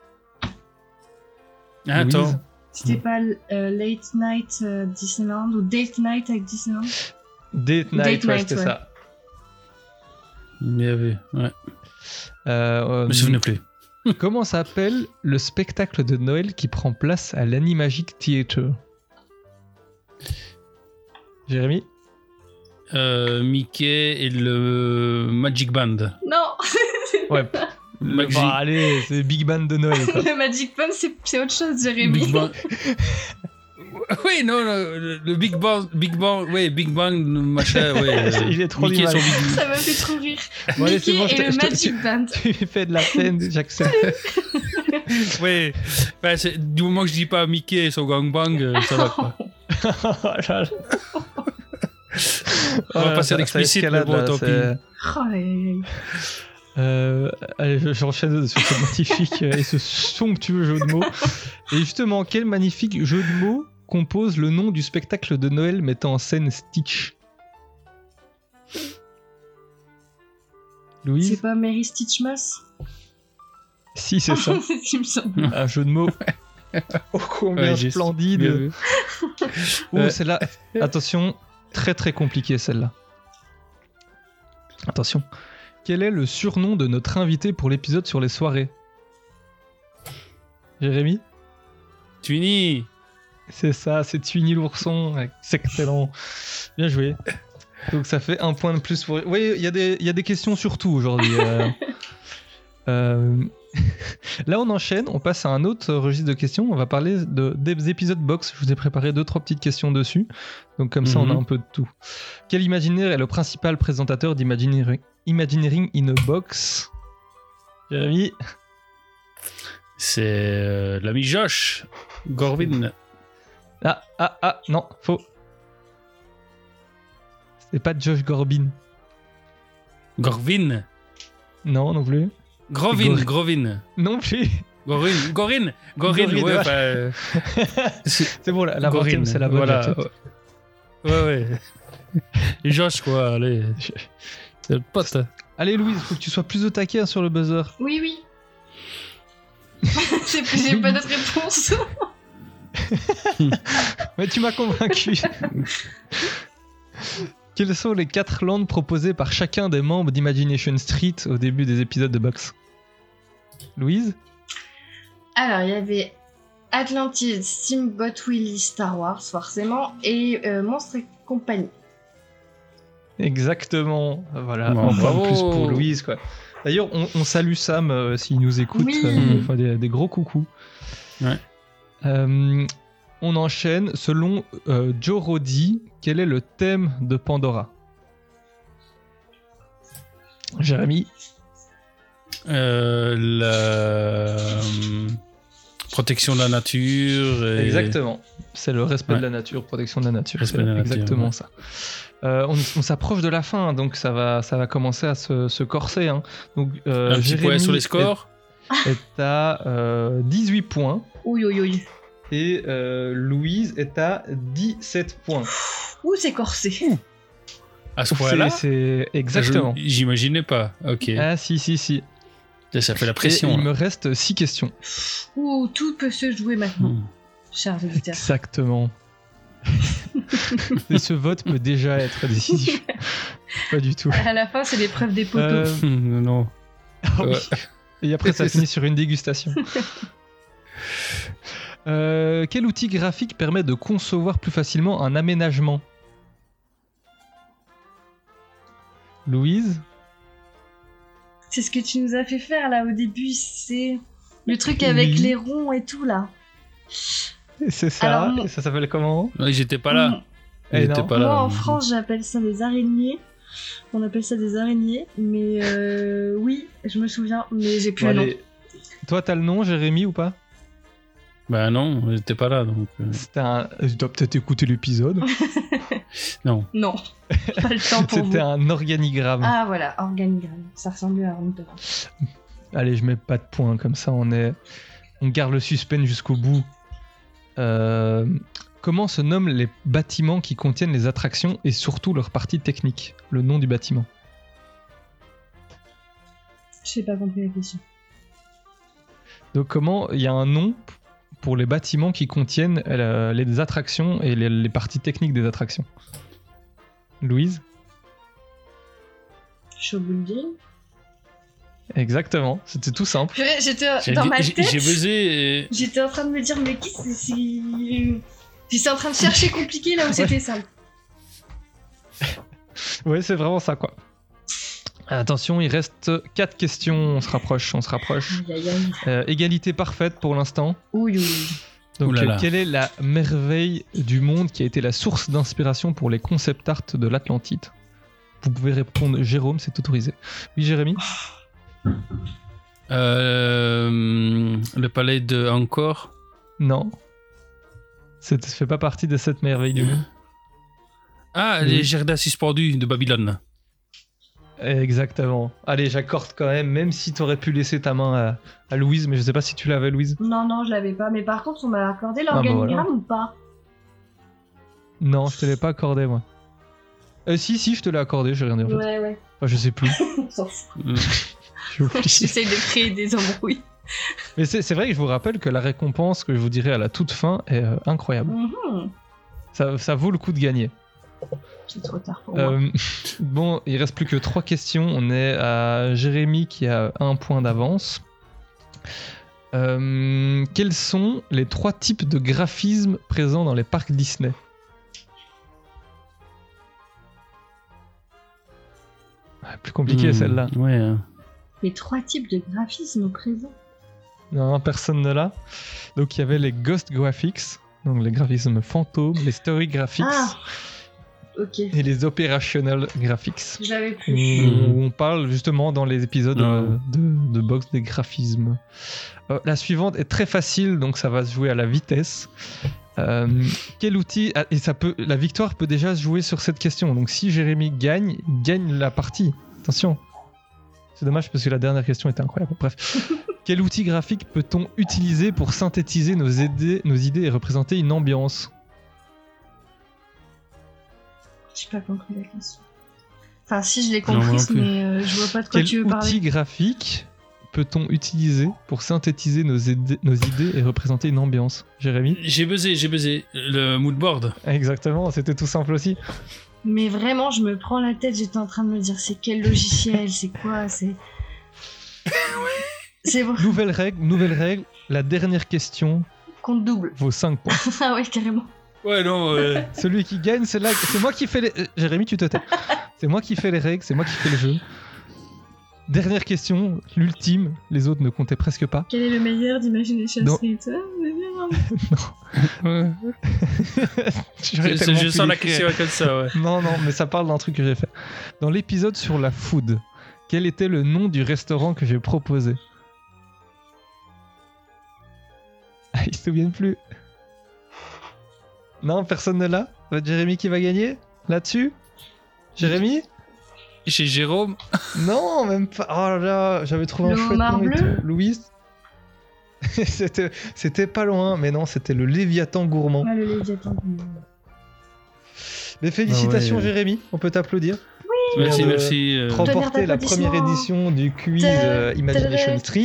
Ah, attends. C'était pas euh, Late Night euh, Disneyland ou Date Night avec Disneyland ? Date Night, Date ouais, Night, c'était ouais. ça. Il y avait, ouais. Euh, Je me souvenais plus. Comment s'appelle le spectacle de Noël qui prend place à l'Animagic Theatre ? Jérémy ? Euh, Mickey et le Magic Band. Non. Ouais. Magic. Bon, allez, c'est Big Band de Noël. Quoi. Le Magic Band, c'est, c'est autre chose, Jérémy. Big Bang. Oui, non, le, le Big Bang, Big Bang, ouais, Big Bang, machin, ouais. Il est trop Mickey mal. son Big Ça m'a fait trop rire. Bon, allez, Mickey c'est bon, et je te- le je te- Magic tu- Band. Tu fais de la peine, j'accepte. Ouais. Enfin, c'est- du moment que je dis pas Mickey et son gangbang, euh, ça va quoi. Oh là là. On va Oh, passer ça- à l'explicite, ça mais escalade, bon, là, tant c'est- pis. Oh, aïe, aïe, aïe. Euh, allez, je- j'enchaîne sur ce magnifique euh, et ce somptueux jeu de mots. Et justement, quel magnifique jeu de mots compose le nom du spectacle de Noël mettant en scène Stitch ? Louise ? C'est pas Mary Stitchmas ? Si, c'est ça. C'est ce qui me semble. Un jeu de mots. Oh, combien Ouais, j'ai- splendide. bien vu. Oh, Euh. celle-là, attention, très très compliquée celle-là. Attention. Quel est le surnom de notre invité pour l'épisode sur les soirées ? Jérémy ? Twinny. C'est ça, c'est Twinny l'ourson. Ouais, c'est excellent. Bien joué. Donc ça fait un point de plus pour... Oui, il y, a des- il y a des questions sur tout aujourd'hui. euh. Euh, Là, on enchaîne, on passe à un autre registre de questions. On va parler de, des épisodes box. Je vous ai préparé deux, trois petites questions dessus. Donc, comme ça, on a Mhm. un peu de tout. Quel imaginaire est le principal présentateur d'Imagineering Imagineering in a Box ? Jérémy ? C'est euh, l'ami Josh Gorvin. Ah, ah, ah, non, faux. C'est pas Josh Gorbin. Gorvin. Non, non plus. Grovin, Gor- Grovin. Non plus. Gorin, Gorin, Gorin, Gorin, ouais, ouais. enfin, euh, C'est bon, la, la vingtième, c'est la bonne. voilà. j'accepte. Ouais, ouais. Et Josh, quoi, allez. C'est le pote. hein. Allez, Louise, faut que tu sois plus au taquet hein, sur le buzzer. Oui, oui. C'est- J'ai pas d'autre réponse. Mais tu m'as convaincu. Quelles sont les quatre landes proposées par chacun des membres d'Imagination Street au début des épisodes de Box ? Louise ? Alors, il y avait Atlantide, Steamboat Willie, Star Wars, forcément, et euh, Monstres et compagnie. Exactement. Voilà, Bon, un point de bravo. plus pour Louise, quoi. D'ailleurs, on, on salue Sam euh, s'il nous écoute. Oui. euh, enfin, des, des gros coucous. Ouais. Euh, on enchaîne. Selon euh, Joe Roddy, quel est le thème de Pandora ? Jérémy ? Euh, la euh, protection de la nature. Et... Exactement. C'est le respect Ouais. de la nature, protection de la nature. Respect c'est de la nature, exactement ouais. ça. Euh, on on s'approche de la fin, donc ça va, ça va commencer à se, se corser. Hein. Donc, euh, Un petit Jérémy point sur les scores. Est, est à euh, dix-huit points Oui, oui, oui. et euh, Louise est à dix-sept points. Ouh, c'est corsé. À ce point-là. C'est, c'est exactement. Je- J'imaginais pas. Ok. Ah si si si. Ça fait la Et pression. il là. me reste six questions. Ouh, tout peut se jouer maintenant, Hmm. chers auditeurs. Exactement. Et ce vote peut déjà être décisif. Pas du tout. À la fin, c'est l'épreuve des poteaux. Euh, non, non. Ah oui. Ouais. Et après, ça finit sur une dégustation. Euh, quel outil graphique permet de concevoir plus facilement un aménagement ? Louise ? C'est ce que tu nous as fait faire là au début, c'est le truc avec Oui. les ronds et tout là. C'est ça. Alors, moi- Et ça s'appelle comment ? Ouais, J'étais pas là. Mm. Eh J'étais non. pas là. Moi en France, j'appelle ça des araignées. On appelle ça des araignées, mais euh, oui, je me souviens, mais j'ai plus Bon, le nom. allez. Toi, t'as le nom, Jérémy, ou pas ? Bah non, j'étais pas là donc. euh, C'était un... Je dois peut-être écouter l'épisode. Non. Non, pas le temps pour vous. C'était un organigramme. Ah voilà, organigramme. Ça ressemblait à un orthographe. Allez, je mets pas de points, comme ça on est... On garde le suspense jusqu'au bout. Euh, comment se nomment les bâtiments qui contiennent les attractions et surtout leur partie technique? Le nom du bâtiment. J'ai pas compris la question. Donc comment il y a un nom pour les bâtiments qui contiennent euh, les attractions et les, les parties techniques des attractions? Louise? Showbuilding. Exactement, c'était tout simple. Purée, J'étais J'ai dans dit- ma j'ai- tête. j'ai buzzé et- J'étais en train de me dire, mais qui c'est c'est- J'étais en train de chercher compliqué là où c'était simple. Ouais, c'est vraiment ça, quoi. Attention, il reste quatre questions, on se rapproche, on se rapproche. Aïe, aïe, aïe. Euh, égalité parfaite pour l'instant. Oui, oui. Donc, Ouh là euh, là. quelle est la merveille du monde qui a été la source d'inspiration pour les concept art de l'Atlantide? Vous pouvez répondre Jérôme, c'est autorisé. Oui, Jérémy? Euh, le palais de Angkor. Non. Ça ne fait pas partie de cette merveille du monde. Ah, Oui. les jardins suspendus de Babylone. Exactement. Allez, j'accorde quand même, même si tu aurais pu laisser ta main à, à Louise, mais je sais pas si tu l'avais, Louise. Non, non, je l'avais pas. Mais par contre, on m'a accordé bah l'organigramme voilà. ou pas? Non, je te l'ai pas accordé, moi. Euh, si, si, je te l'ai accordé, j'ai rien dit en fait. Ouais, ouais. Enfin, je sais plus. On s'en fout. J'ai oublié. J'essaye de créer des embrouilles. Mais c'est c'est vrai que je vous rappelle que la récompense que je vous dirai à la toute fin est euh, incroyable. Mhm. Ça, ça vaut le coup de gagner. C'est trop tard pour moi. Euh, bon, il reste plus que trois questions. On est à Jérémy qui a un point d'avance. Euh, quels sont les trois types de graphismes présents dans les parcs Disney? Ah, plus compliqué Hmm, celle-là. Ouais. hein. Les trois types de graphismes présents. Non, personne ne l'a. Donc il y avait les Ghost Graphics, donc les graphismes fantômes, les Story Graphics Ah, ok. et les Operational Graphics. Je l'avais Où, plus. Mhm. où on parle justement dans les épisodes Ah. euh, de, de box des graphismes. Euh, la suivante est très facile, donc ça va se jouer à la vitesse. Euh, quel outil ah, et ça peut la victoire peut déjà se jouer sur cette question. Donc si Jérémy gagne, il gagne la partie. Attention. C'est dommage parce que la dernière question était incroyable. Bref. Quel outil graphique peut-on utiliser pour synthétiser nos idées, nos idées et représenter une ambiance? J'ai pas compris la question. Enfin, si je l'ai Non, moi non comprise, plus. mais euh, je vois pas de quoi Quel tu veux outil parler. graphique peut-on utiliser pour synthétiser nos, idées- nos idées et représenter une ambiance? Jérémy? J'ai buzzé, j'ai buzzé. Le moodboard. Exactement, c'était tout simple aussi. Mais vraiment, je me prends la tête, j'étais en train de me dire c'est quel logiciel, c'est quoi, c'est. C'est bon, Nouvelle règle, nouvelle règle, la dernière question compte double. vaut cinq points. Ah ouais, carrément. Ouais, non. euh, Celui qui gagne, c'est là. C'est moi qui fais les. euh, Jérémy, tu te tais. C'est moi qui fais les règles, c'est moi qui fais le jeu. Dernière question, l'ultime, les autres ne comptaient presque pas. Quel est le meilleur d'Imagination Non. Street? Ah, mais bien. J'aurais je tellement je pu sens la l'écrire. question comme ça, ouais. Non, non, mais ça parle d'un truc que j'ai fait. Dans l'épisode sur la food, quel était le nom du restaurant que j'ai proposé? Ah, ils se souviennent plus. Non, personne ne l'a? Ça va être Jérémy qui va gagner là-dessus? Jérémy? Chez Jérôme. Non, même pas. Oh là là, j'avais trouvé Le un chouette homard nom et bleu tout. Louise? c'était, c'était pas loin, mais non, c'était le Léviathan gourmand. Ouais, le Léviathan. Mais félicitations Ah ouais. Jérémy, on peut t'applaudir. Merci, Euh, merci. euh, Tonnerre Remporter la première d'applaudissements. édition du quiz euh, Imagination Street.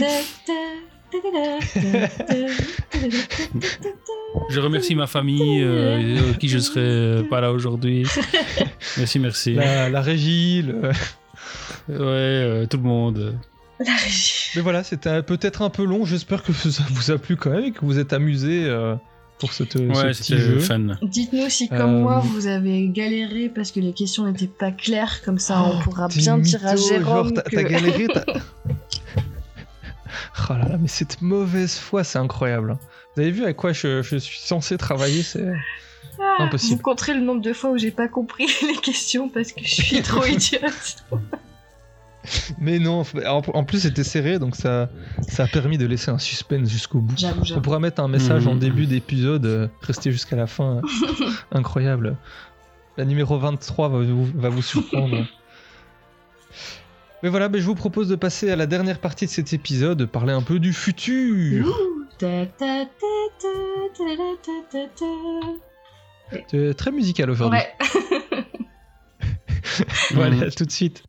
Je remercie ma famille, euh, avec qui je serai euh, pas là aujourd'hui. Merci, merci. La, la régie, le- Ouais, euh, tout le monde. La régie. Mais voilà, c'était peut-être un peu long. J'espère que ça vous a plu quand même et que vous êtes amusés euh, pour cette, ce Ouais, petit c'était jeu. fun. Dites-nous si, comme Euh, moi, vous avez galéré parce que les questions n'étaient pas claires, comme ça on pourra T'es bien dire à mytho, Jérôme genre, t'as, que... t'as galéré, t'as... Oh là là, mais cette mauvaise foi, c'est incroyable. Vous avez vu avec quoi je, je suis censé travailler, c'est Ah, impossible. Vous compterez le nombre de fois où j'ai pas compris les questions parce que je suis trop idiote. Mais non, en, en plus c'était serré, donc ça, ça a permis de laisser un suspense jusqu'au bout. J'avoue, On j'avoue. pourra mettre un message Mhm. en début d'épisode, euh, restez jusqu'à la fin. euh, incroyable. La numéro vingt-trois va vous, va vous surprendre. Mais voilà, ben, je vous propose de passer à la dernière partie de cet épisode, de parler un peu du futur. Ouh, ta, ta, ta, ta, ta, ta, ta, ta, ta. Tu es très musical aujourd'hui. Ouais. Voilà, tout de suite.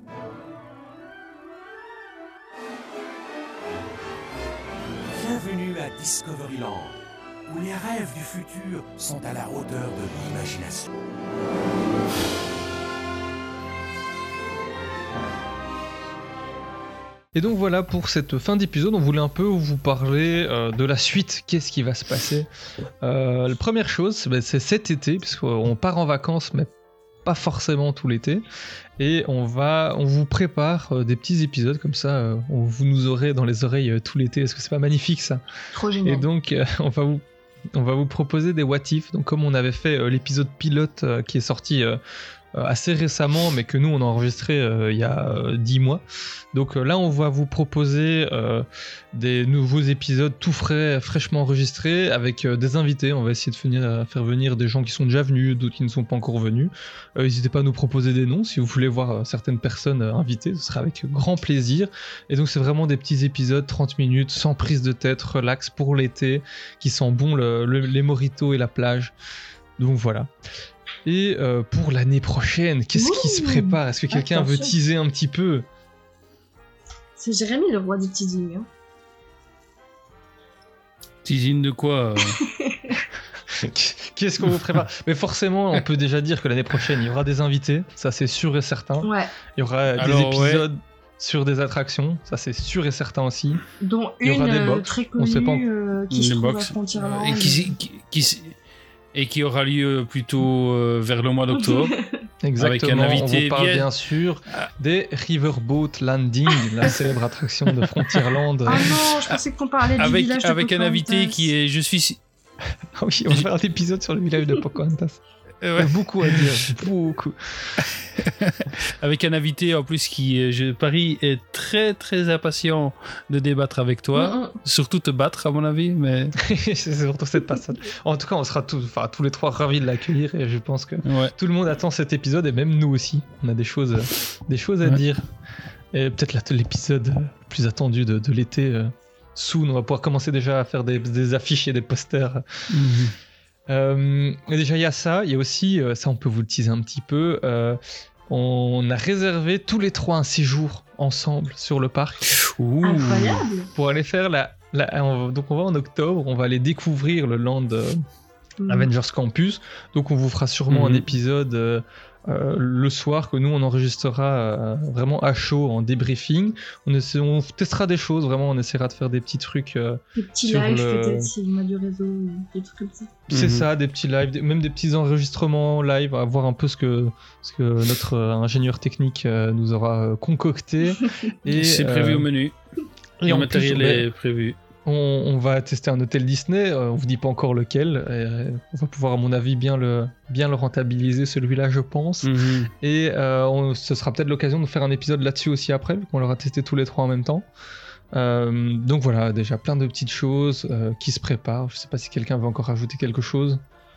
Bienvenue à Discoveryland, où les rêves du futur sont à la hauteur de l'imagination. Et donc voilà, pour cette fin d'épisode, on voulait un peu vous parler euh, de la suite, qu'est-ce qui va se passer. Euh, la première chose, bah, c'est cet été, puisqu'on part en vacances, mais pas forcément tout l'été, et on va, on vous prépare euh, des petits épisodes comme ça, euh, on, vous nous aurez dans les oreilles euh, tout l'été. Est-ce que c'est pas magnifique ça ? Trop génial. Et donc euh, on va vous on va vous proposer des what if. Donc comme on avait fait euh, l'épisode pilote euh, qui est sorti euh, assez récemment, mais que nous on a enregistré euh, il y a euh, dix mois. Donc euh, là on va vous proposer euh, des nouveaux épisodes tout frais, fraîchement enregistrés, avec euh, des invités. On va essayer de venir, euh, faire venir des gens qui sont déjà venus, d'autres qui ne sont pas encore venus. Euh, n'hésitez pas à nous proposer des noms si vous voulez voir euh, certaines personnes euh, invitées, ce sera avec grand plaisir. Et donc c'est vraiment des petits épisodes, trente minutes, sans prise de tête, relax pour l'été, qui sent bon le, le, les mojitos et la plage. Donc voilà. Et euh, pour l'année prochaine, qu'est-ce Ouh, qui se prépare ? Est-ce que quelqu'un veut teaser un petit peu ? C'est Jérémy le roi du teasing. Hein. Teasing de quoi ? Qu'est-ce qu'on vous prépare ? Mais forcément, on peut déjà dire que l'année prochaine, il y aura des invités, ça c'est sûr et certain. Ouais. Il y aura Alors, des épisodes ouais. sur des attractions, ça c'est sûr et certain aussi. Dont il y aura une des box, très connue on sait pas en... euh, qui une se trouve box. à Frontierland. Et qui, qui, qui, et qui aura lieu plutôt euh, vers le mois d'octobre. Exactement, avec un invité on vous parle bien, bien sûr des Riverboat Landing, la célèbre attraction de Frontierland. Ah non, je pensais qu'on parlait du avec, village de avec un Pocahontas. invité qui est, je suis... Ah oui, on va faire un épisode sur le village de Pocahontas. Ouais. Il y a beaucoup à dire, beaucoup. Avec un invité en plus qui, je parie, est très très impatient de débattre avec toi. Mm-hmm. Surtout te battre, à mon avis. Mais c'est surtout cette passade. En tout cas, on sera tous, enfin, tous les trois ravis de l'accueillir et je pense que ouais. tout le monde attend cet épisode et même nous aussi. On a des choses, des choses à ouais. dire. Et peut-être là, l'épisode plus attendu de, de l'été. Euh, soon, on va pouvoir commencer déjà à faire des, des affiches et des posters. Mm-hmm. Euh, déjà il y a ça, il y a aussi, euh, ça on peut vous le teaser un petit peu, euh, on a réservé tous les trois un séjour ensemble sur le parc. Ouh. Incroyable. Pour aller faire la, la on va, donc on va en octobre, on va aller découvrir le land euh, mmh. Avengers Campus, donc on vous fera sûrement mmh. un épisode euh, euh, le soir que nous on enregistrera euh, vraiment à chaud en débriefing. On, essaie, on testera des choses, vraiment on essaiera de faire des petits trucs. Euh, des petits lives le... peut-être si on a du réseau, des trucs comme ça. C'est Mm-hmm. ça, des petits lives, des, même des petits enregistrements live, à voir un peu ce que, ce que notre euh, ingénieur technique euh, nous aura euh, concocté. Et, c'est prévu euh, au menu. Et le en matériel plus, est ouais, prévu. On, on va tester un hôtel Disney, euh, on vous dit pas encore lequel. Et, euh, on va pouvoir, à mon avis, bien le, bien le rentabiliser, celui-là, je pense. Mm-hmm. Et euh, on, ce sera peut-être l'occasion de faire un épisode là-dessus aussi après, vu qu'on l'aura testé tous les trois en même temps. Euh, donc voilà, déjà plein de petites choses euh, qui se préparent. Je sais pas si quelqu'un veut encore rajouter quelque chose.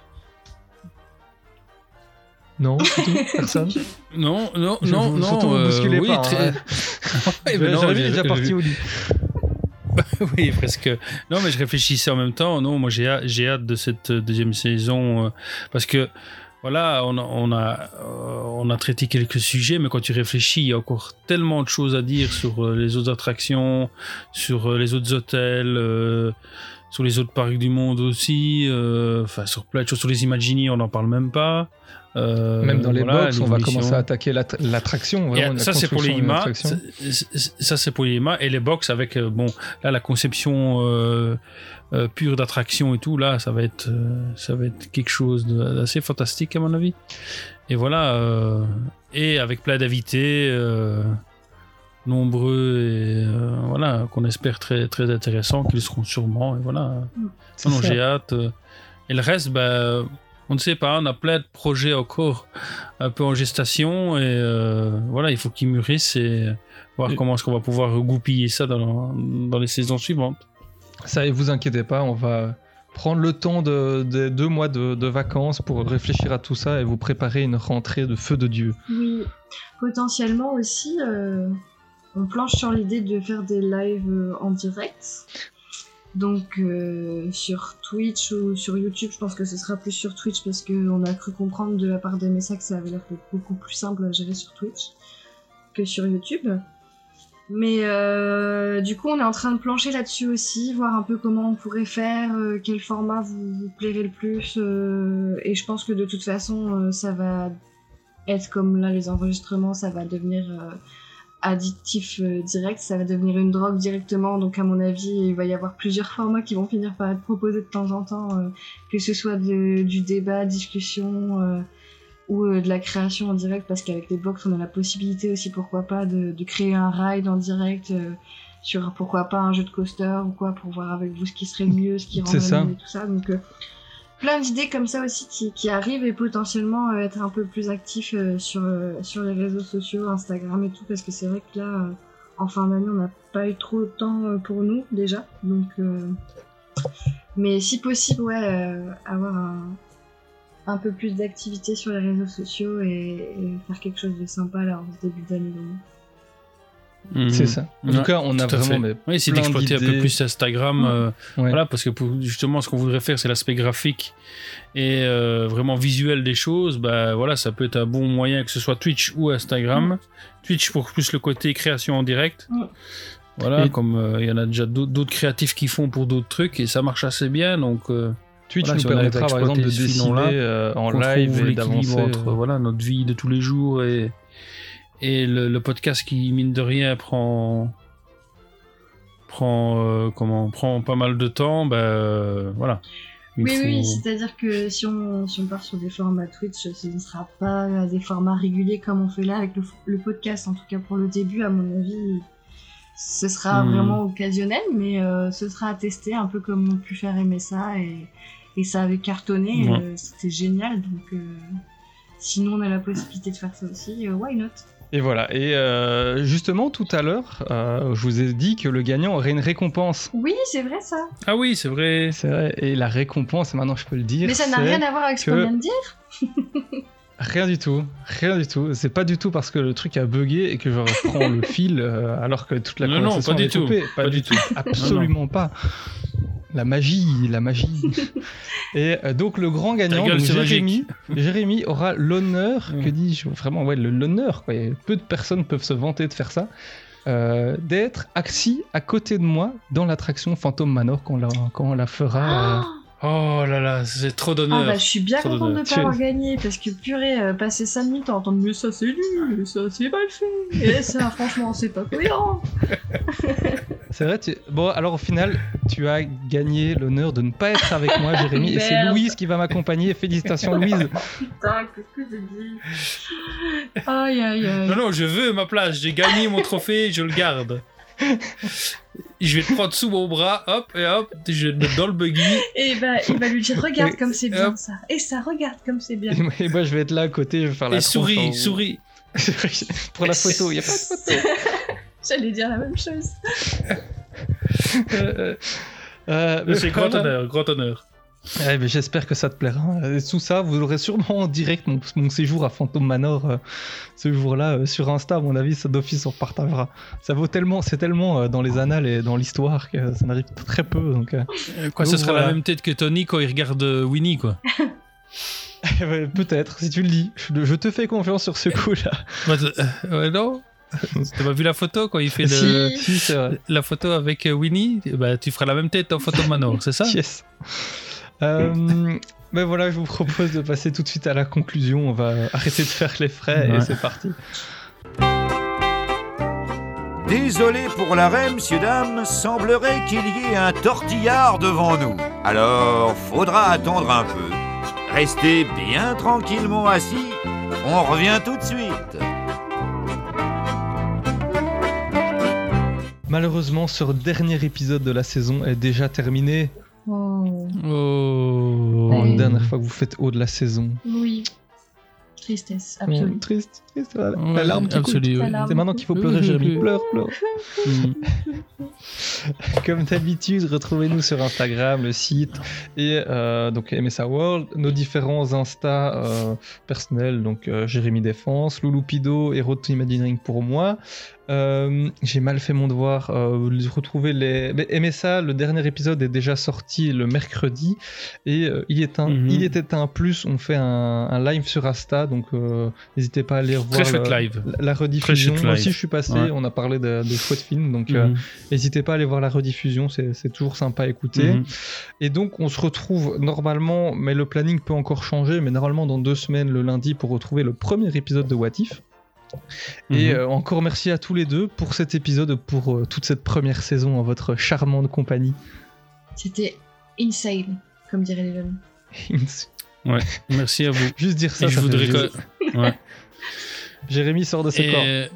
Non, c'est tout. Personne. Non, non, je, non, vous, non. Surtout, euh, vous bousculez oui, pas. très... Hein. ouais, mais non, J'avais je, déjà je, parti je... au lit. Oui, presque. Non, mais je réfléchissais en même temps. Non, moi j'ai hâte, j'ai hâte de cette deuxième saison euh, parce que voilà, on a, on a, euh, on a traité quelques sujets, mais quand tu réfléchis, il y a encore tellement de choses à dire sur euh, les autres attractions, sur euh, les autres hôtels, euh, sur les autres parcs du monde aussi, enfin euh, sur plein de choses, sur les Imagineers, on n'en parle même pas. Euh, Même dans les voilà, box, on va commencer à attaquer l'att- l'attraction. Vraiment, yeah, ça, c'est pour les I M A. Ça, ça, c'est pour les I M A. Et les box avec, euh, bon, là, la conception euh, euh, pure d'attraction et tout, là, ça va être, euh, ça va être quelque chose d'assez fantastique, à mon avis. Et voilà. Euh, et avec plein d'invités, euh, nombreux, et euh, voilà, qu'on espère très, très intéressants, qu'ils seront sûrement. Et voilà. Non, non, j'ai hâte. Et le reste, bah. On ne sait pas, on a plein de projets encore un peu en gestation et euh, voilà, il faut qu'ils mûrissent et voir et... comment est-ce qu'on va pouvoir regoupiller ça dans, dans les saisons suivantes. Ça, et vous inquiétez pas, on va prendre le temps de, de deux mois de, de vacances pour réfléchir à tout ça et vous préparer une rentrée de feu de Dieu. Oui, potentiellement aussi, euh, on planche sur l'idée de faire des lives en direct. Donc euh, sur Twitch ou sur YouTube, je pense que ce sera plus sur Twitch parce qu'on a cru comprendre de la part d'M S A que ça avait l'air d'être beaucoup plus simple à gérer sur Twitch que sur YouTube. Mais euh, du coup, on est en train de plancher là-dessus aussi, voir un peu comment on pourrait faire, euh, quel format vous, vous plairait le plus. Euh, et je pense que de toute façon, euh, ça va être comme là les enregistrements, ça va devenir euh, addictif euh, direct, ça va devenir une drogue directement. Donc à mon avis, il va y avoir plusieurs formats qui vont finir par être proposés de temps en temps, euh, que ce soit de, du débat, discussion... Euh, ou euh, de la création en direct, parce qu'avec les box on a la possibilité aussi, pourquoi pas, de, de créer un ride en direct euh, sur pourquoi pas un jeu de coaster ou quoi, pour voir avec vous ce qui serait le mieux, ce qui rendrait mieux et tout ça. Donc euh, plein d'idées comme ça aussi qui, qui arrivent, et potentiellement euh, être un peu plus actif euh, sur, euh, sur les réseaux sociaux, Instagram et tout, parce que c'est vrai que là euh, en fin d'année on n'a pas eu trop de temps euh, pour nous déjà, donc euh... mais si possible, ouais, euh, avoir un un peu plus d'activité sur les réseaux sociaux et, et faire quelque chose de sympa là en ce début d'année. Mmh. C'est ça. En ouais, tout cas, on a vraiment mais oui, c'est d'exploiter un peu plus Instagram, mmh. euh, ouais. Voilà, parce que pour, justement, ce qu'on voudrait faire, c'est l'aspect graphique et euh, vraiment visuel des choses. Bah voilà, ça peut être un bon moyen, que ce soit Twitch ou Instagram. Mmh. Twitch pour plus le côté création en direct. Mmh. Voilà, et... comme il euh, y en a déjà d'autres, d'autres créatifs qui font pour d'autres trucs et ça marche assez bien, donc. Euh, Twitch voilà, nous si permettra par exemple de dessiner euh, en live et d'avancer entre euh... voilà, notre vie de tous les jours et, et le, le podcast qui, mine de rien, prend, prend, euh, comment, prend pas mal de temps. Bah, euh, voilà. Oui, faut... oui, c'est-à-dire que si on, si on part sur des formats Twitch, ce ne sera pas des formats réguliers comme on fait là avec le, le podcast. En tout cas, pour le début, à mon avis, ce sera mmh. vraiment occasionnel, mais euh, ce sera à tester, un peu comme on a pu faire M S A, et, et ça avait cartonné, ouais. euh, c'était génial, donc euh, sinon on a la possibilité de faire ça aussi, euh, why not? Et voilà, et euh, justement tout à l'heure, euh, je vous ai dit que le gagnant aurait une récompense. Oui, c'est vrai ça. Ah oui, c'est vrai. C'est vrai, et la récompense, maintenant je peux le dire. Mais ça n'a rien à voir avec ce qu'on vient de dire. Rien du tout, rien du tout. C'est pas du tout parce que le truc a bugué et que je reprends le fil euh, alors que toute la non, conversation non, pas est du tout. coupée. Pas, pas du tout, tout. Absolument non, non. pas. La magie, la magie. Et euh, donc le grand gagnant, gueule, donc, Jérémy, Jérémy aura l'honneur, mmh. que dis-je, vraiment ouais, l'honneur, quoi. Peu de personnes peuvent se vanter de faire ça, euh, d'être assis à côté de moi dans l'attraction Phantom Manor quand on la, quand on la fera. Oh euh, Oh là là, c'est trop d'honneur. Ah bah, je suis bien trop contente de ne pas avoir gagné, parce que purée, euh, passer cinq minutes à entendre mais ça c'est nul, ça c'est mal fait, et ça franchement c'est pas cohérent. C'est vrai, tu... bon alors au final, tu as gagné l'honneur de ne pas être avec moi, Jérémy, et c'est Louise qui va m'accompagner. Félicitations Louise. Putain, qu'est-ce que j'ai dit? Aïe aïe aïe. Non non, je veux ma place, j'ai gagné mon trophée, je le garde. Je vais te prendre sous mon bras, hop, et hop, je vais te mettre dans le buggy. Et bah, il va lui dire, regarde et, comme c'est bien hop. Ça. Et ça, regarde comme c'est bien. Et moi, je vais être là à côté, je vais faire la et souris, en... souris. Pour la photo, il n'y a pas de photo. J'allais dire la même chose. euh, euh, c'est grand honneur, grand honneur. Ouais, mais j'espère que ça te plaira. Et tout ça, vous aurez sûrement en direct mon, mon séjour à Phantom Manor euh, ce jour-là euh, sur Insta. À mon avis, ça d'office on repartagera. Ça vaut tellement, c'est tellement euh, dans les annales et dans l'histoire que ça n'arrive très peu. Donc, euh, quoi, donc, ce serait voilà. La même tête que Tony quand il regarde euh, Winnie, quoi. Ouais, peut-être, si tu le dis. Je, je te fais confiance sur ce coup-là. Bah, euh, ouais, non. T'as pas vu la photo quand il fait le... si, si, c'est vrai. La photo avec Winnie, bah, tu feras la même tête en Phantom Manor, c'est ça? Yes. Euh, ben voilà, je vous propose de passer tout de suite à la conclusion. On va arrêter de faire les frais ouais. et c'est parti. Désolé pour l'arrêt, messieurs, dames, semblerait qu'il y ait un tortillard devant nous. Alors, faudra attendre un peu. Restez bien tranquillement assis, on revient tout de suite. Malheureusement, ce dernier épisode de la saison est déjà terminé. Oh. Oh. Ouais. La dernière fois que vous faites haut de la saison. Oui. Tristesse, absolue. Oh, triste, triste. La, ouais, la larme qui coule. Oui. C'est maintenant qu'il faut pleurer, Jérémy. Pleure, pleure. Comme d'habitude, retrouvez-nous sur Instagram, le site et euh, donc M S A World, nos différents Insta euh, personnels, donc euh, Jérémy Défense, Louloupido et Road to Imagineering pour moi. Euh, j'ai mal fait mon devoir. Euh, retrouver les. Mais M S A, le dernier épisode est déjà sorti le mercredi et euh, il est un, Mhm. il était un plus. On fait un, un live sur Asta, donc euh, n'hésitez pas à aller revoir Très chouette le- live. la, la rediffusion. Très chouette Moi live. aussi, je suis passé. Ouais. On a parlé de, de chouettes films, donc euh, Mhm. n'hésitez pas à aller voir la rediffusion. C'est, c'est toujours sympa à écouter. Mhm. Et donc, on se retrouve normalement, mais le planning peut encore changer, mais normalement dans deux semaines, le lundi, pour retrouver le premier épisode de What If. Et Mhm. euh, encore merci à tous les deux pour cet épisode, pour euh, toute cette première saison en votre charmante compagnie. C'était insane, comme diraient les jeunes. Ouais, merci à vous. Juste dire ça, Et je ça fait voudrais plaisir. que... ouais. Jérémy sort de ses Et, corps. euh,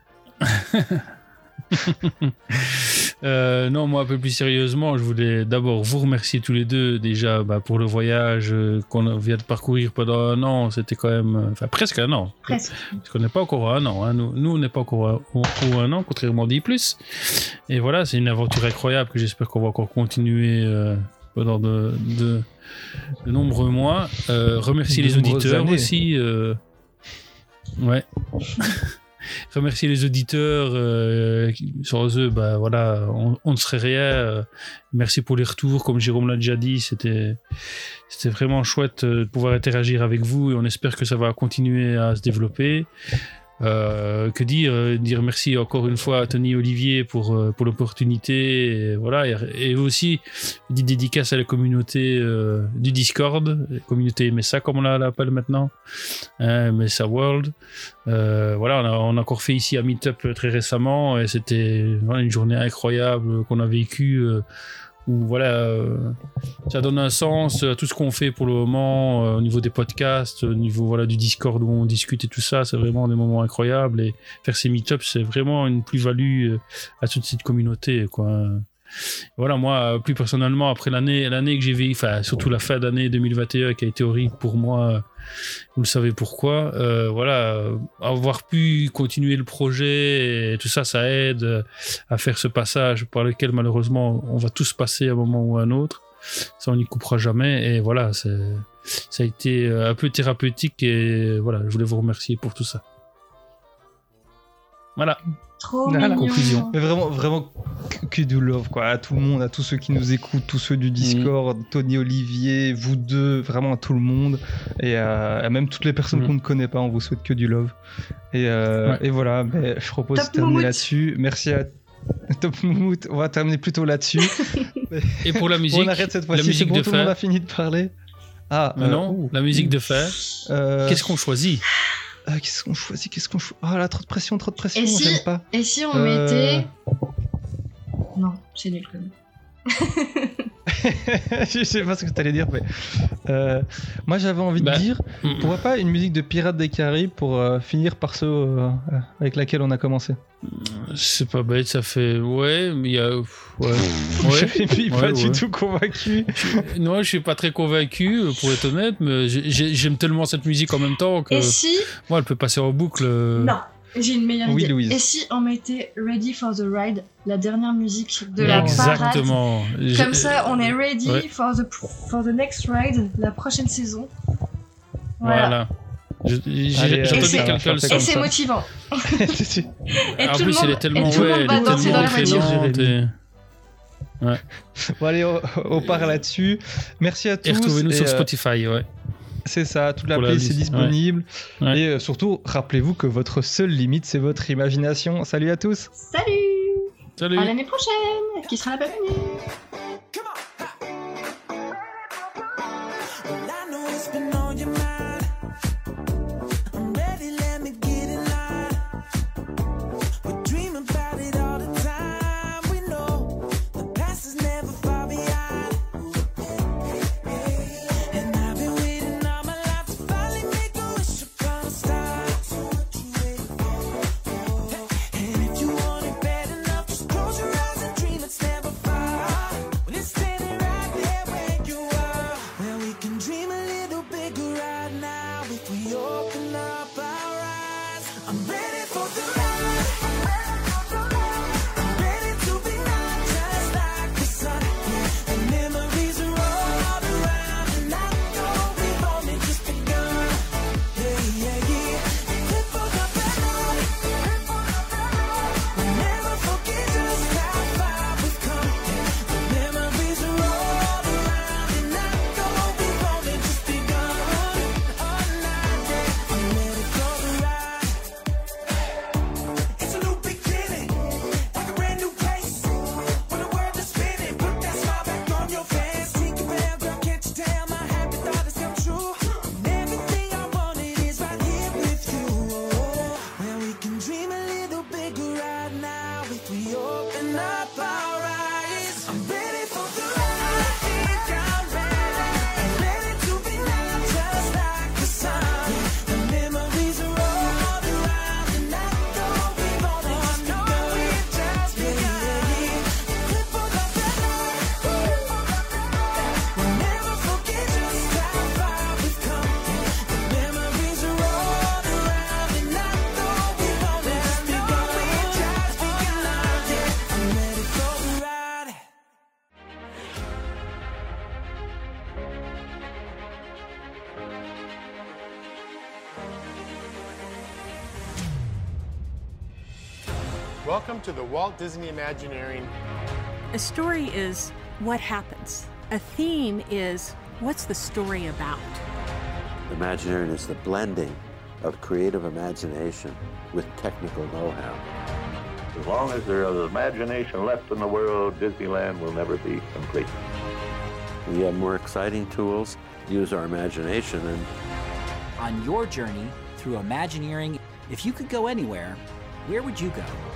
Euh, non, moi un peu plus sérieusement, je voulais d'abord vous remercier tous les deux déjà bah, pour le voyage euh, qu'on vient de parcourir pendant un an. C'était quand même, euh, enfin presque un an. Presque. Parce qu'on n'est pas encore à un an. Hein. Nous, nous, on n'est pas encore à, au, au un an, contrairement à dix plus. Et voilà, c'est une aventure incroyable que j'espère qu'on va encore continuer euh, pendant de, de, de nombreux mois. Euh, remercier De les nombreuses auditeurs années. aussi. euh, Ouais. Remercier les auditeurs. Euh, qui- sans eux, bah voilà, on, on ne serait rien. Euh, merci pour les retours, comme Jérôme l'a déjà dit, c'était c'était vraiment chouette euh, de pouvoir interagir avec vous et on espère que ça va continuer à se développer. Euh, que dire euh, Dire merci encore une fois à Tony et Olivier pour, euh, pour l'opportunité. Et, voilà, et, et aussi, une petite dédicace à la communauté euh, du Discord, la communauté M S A comme on la- l'appelle maintenant, hein, M S A World. Euh, voilà, on a, on a encore fait ici un meet-up très récemment et c'était voilà, une journée incroyable qu'on a vécue. Euh, où voilà, euh, ça donne un sens à tout ce qu'on fait pour le moment euh, au niveau des podcasts, au niveau voilà, du Discord où on discute et tout ça, c'est vraiment des moments incroyables et faire ces meet-ups, c'est vraiment une plus-value euh, à toute cette communauté, quoi. Voilà, moi, plus personnellement, après l'année, l'année que j'ai vécue, enfin, surtout la fin d'année deux mille vingt et un qui a été horrible pour moi, vous le savez pourquoi, euh, voilà, euh, avoir pu continuer le projet et tout ça, ça aide à faire ce passage par lequel, malheureusement, on va tous passer à un moment ou à un autre. Ça, on n'y coupera jamais. Et voilà, c'est, ça a été un peu thérapeutique et voilà, je voulais vous remercier pour tout ça. Voilà. Trop Voilà. mignon. Conclusion. Mais vraiment, vraiment que, que du love, quoi, à tout le monde, à tous ceux qui nous écoutent, tous ceux du Discord, Tony, Olivier, vous deux, vraiment à tout le monde, et euh, à même toutes les personnes Mhm. qu'on ne connaît pas, on vous souhaite que du love. Et, euh, Ouais. et voilà, mais je propose Top de terminer Moumout. là-dessus. Merci à Top Moumout, on va terminer plutôt là-dessus. Et pour la musique, on arrête cette la fois-ci, c'est musique bon, de tout le monde fin. a fini de parler. Ah, Mais euh, non, ouh. la musique de fin. Euh, Qu'est-ce qu'on choisit euh, qu'est-ce qu'on choisit Qu'est-ce qu'on choisit Ah là, trop de pression, trop de pression, Et si, j'aime pas. et si on Euh, mettait... Non, c'est nul quand même. Je sais pas ce que t'allais dire, mais euh, moi j'avais envie Bah, de dire, mm. pourquoi pas une musique de Pirates des Caraïbes pour euh, finir par ceux euh, avec laquelle on a commencé. C'est pas bête, ça fait. Ouais, mais il y a. Ouais. Je suis pas Ouais, du ouais. tout convaincu. Non, je suis pas très convaincu, euh, pour être honnête, mais j'ai- j'ai- j'aime tellement cette musique en même temps que. Et si... Moi, elle peut passer en boucle. euh, Non, j'ai une meilleure Oui, idée. Louise. Et si on mettait Ready for the Ride, la dernière musique de la parade. Exactement. J'ai- Comme ça, on est ready Ouais. for, the, for the next ride, la prochaine saison. Voilà. Voilà. Je- J'ai Allez, j'ai euh, entendu c'est- quelqu'un le Et Et dire. c'est ça. motivant. Et En tout le plus, monde, elle est tellement, et tout le ouais, monde elle va est danser tellement dans la voiture. entraînante et- Bon allez, on, on part là-dessus. Merci à tous. Et retrouvez-nous et, sur euh, Spotify, ouais. C'est ça, toute la Pour la playlist est liste, disponible. ouais. Ouais. Et euh, surtout, rappelez-vous que votre seule limite, c'est votre imagination. Salut à tous. Salut. Salut. À l'année prochaine, qui sera la bonne année. Well, I know it's been on your mind. I'm ready, let me get in line. We dream about it all the time. We know the past is never far behind. And I've been waiting all my life to finally make a wish upon a star. And if you want it bad enough, just close your eyes and dream it's never far. When it's standing right there where you are. Well, we can dream a little bigger right now if we open up our eyes. I'm ready for the ride. I'm ready to be not just like the sun. Yeah, the memories are all around, and I know we've only just begun. Yeah, yeah, yeah. Live for the better. Live for the better. Welcome to the Walt Disney Imagineering. A story is what happens. A theme is what's the story about. Imagineering is the blending of creative imagination with technical know-how. As long as there is imagination left in the world, Disneyland will never be complete. We have more exciting tools, use our imagination, and On your journey through Imagineering, if you could go anywhere, where would you go?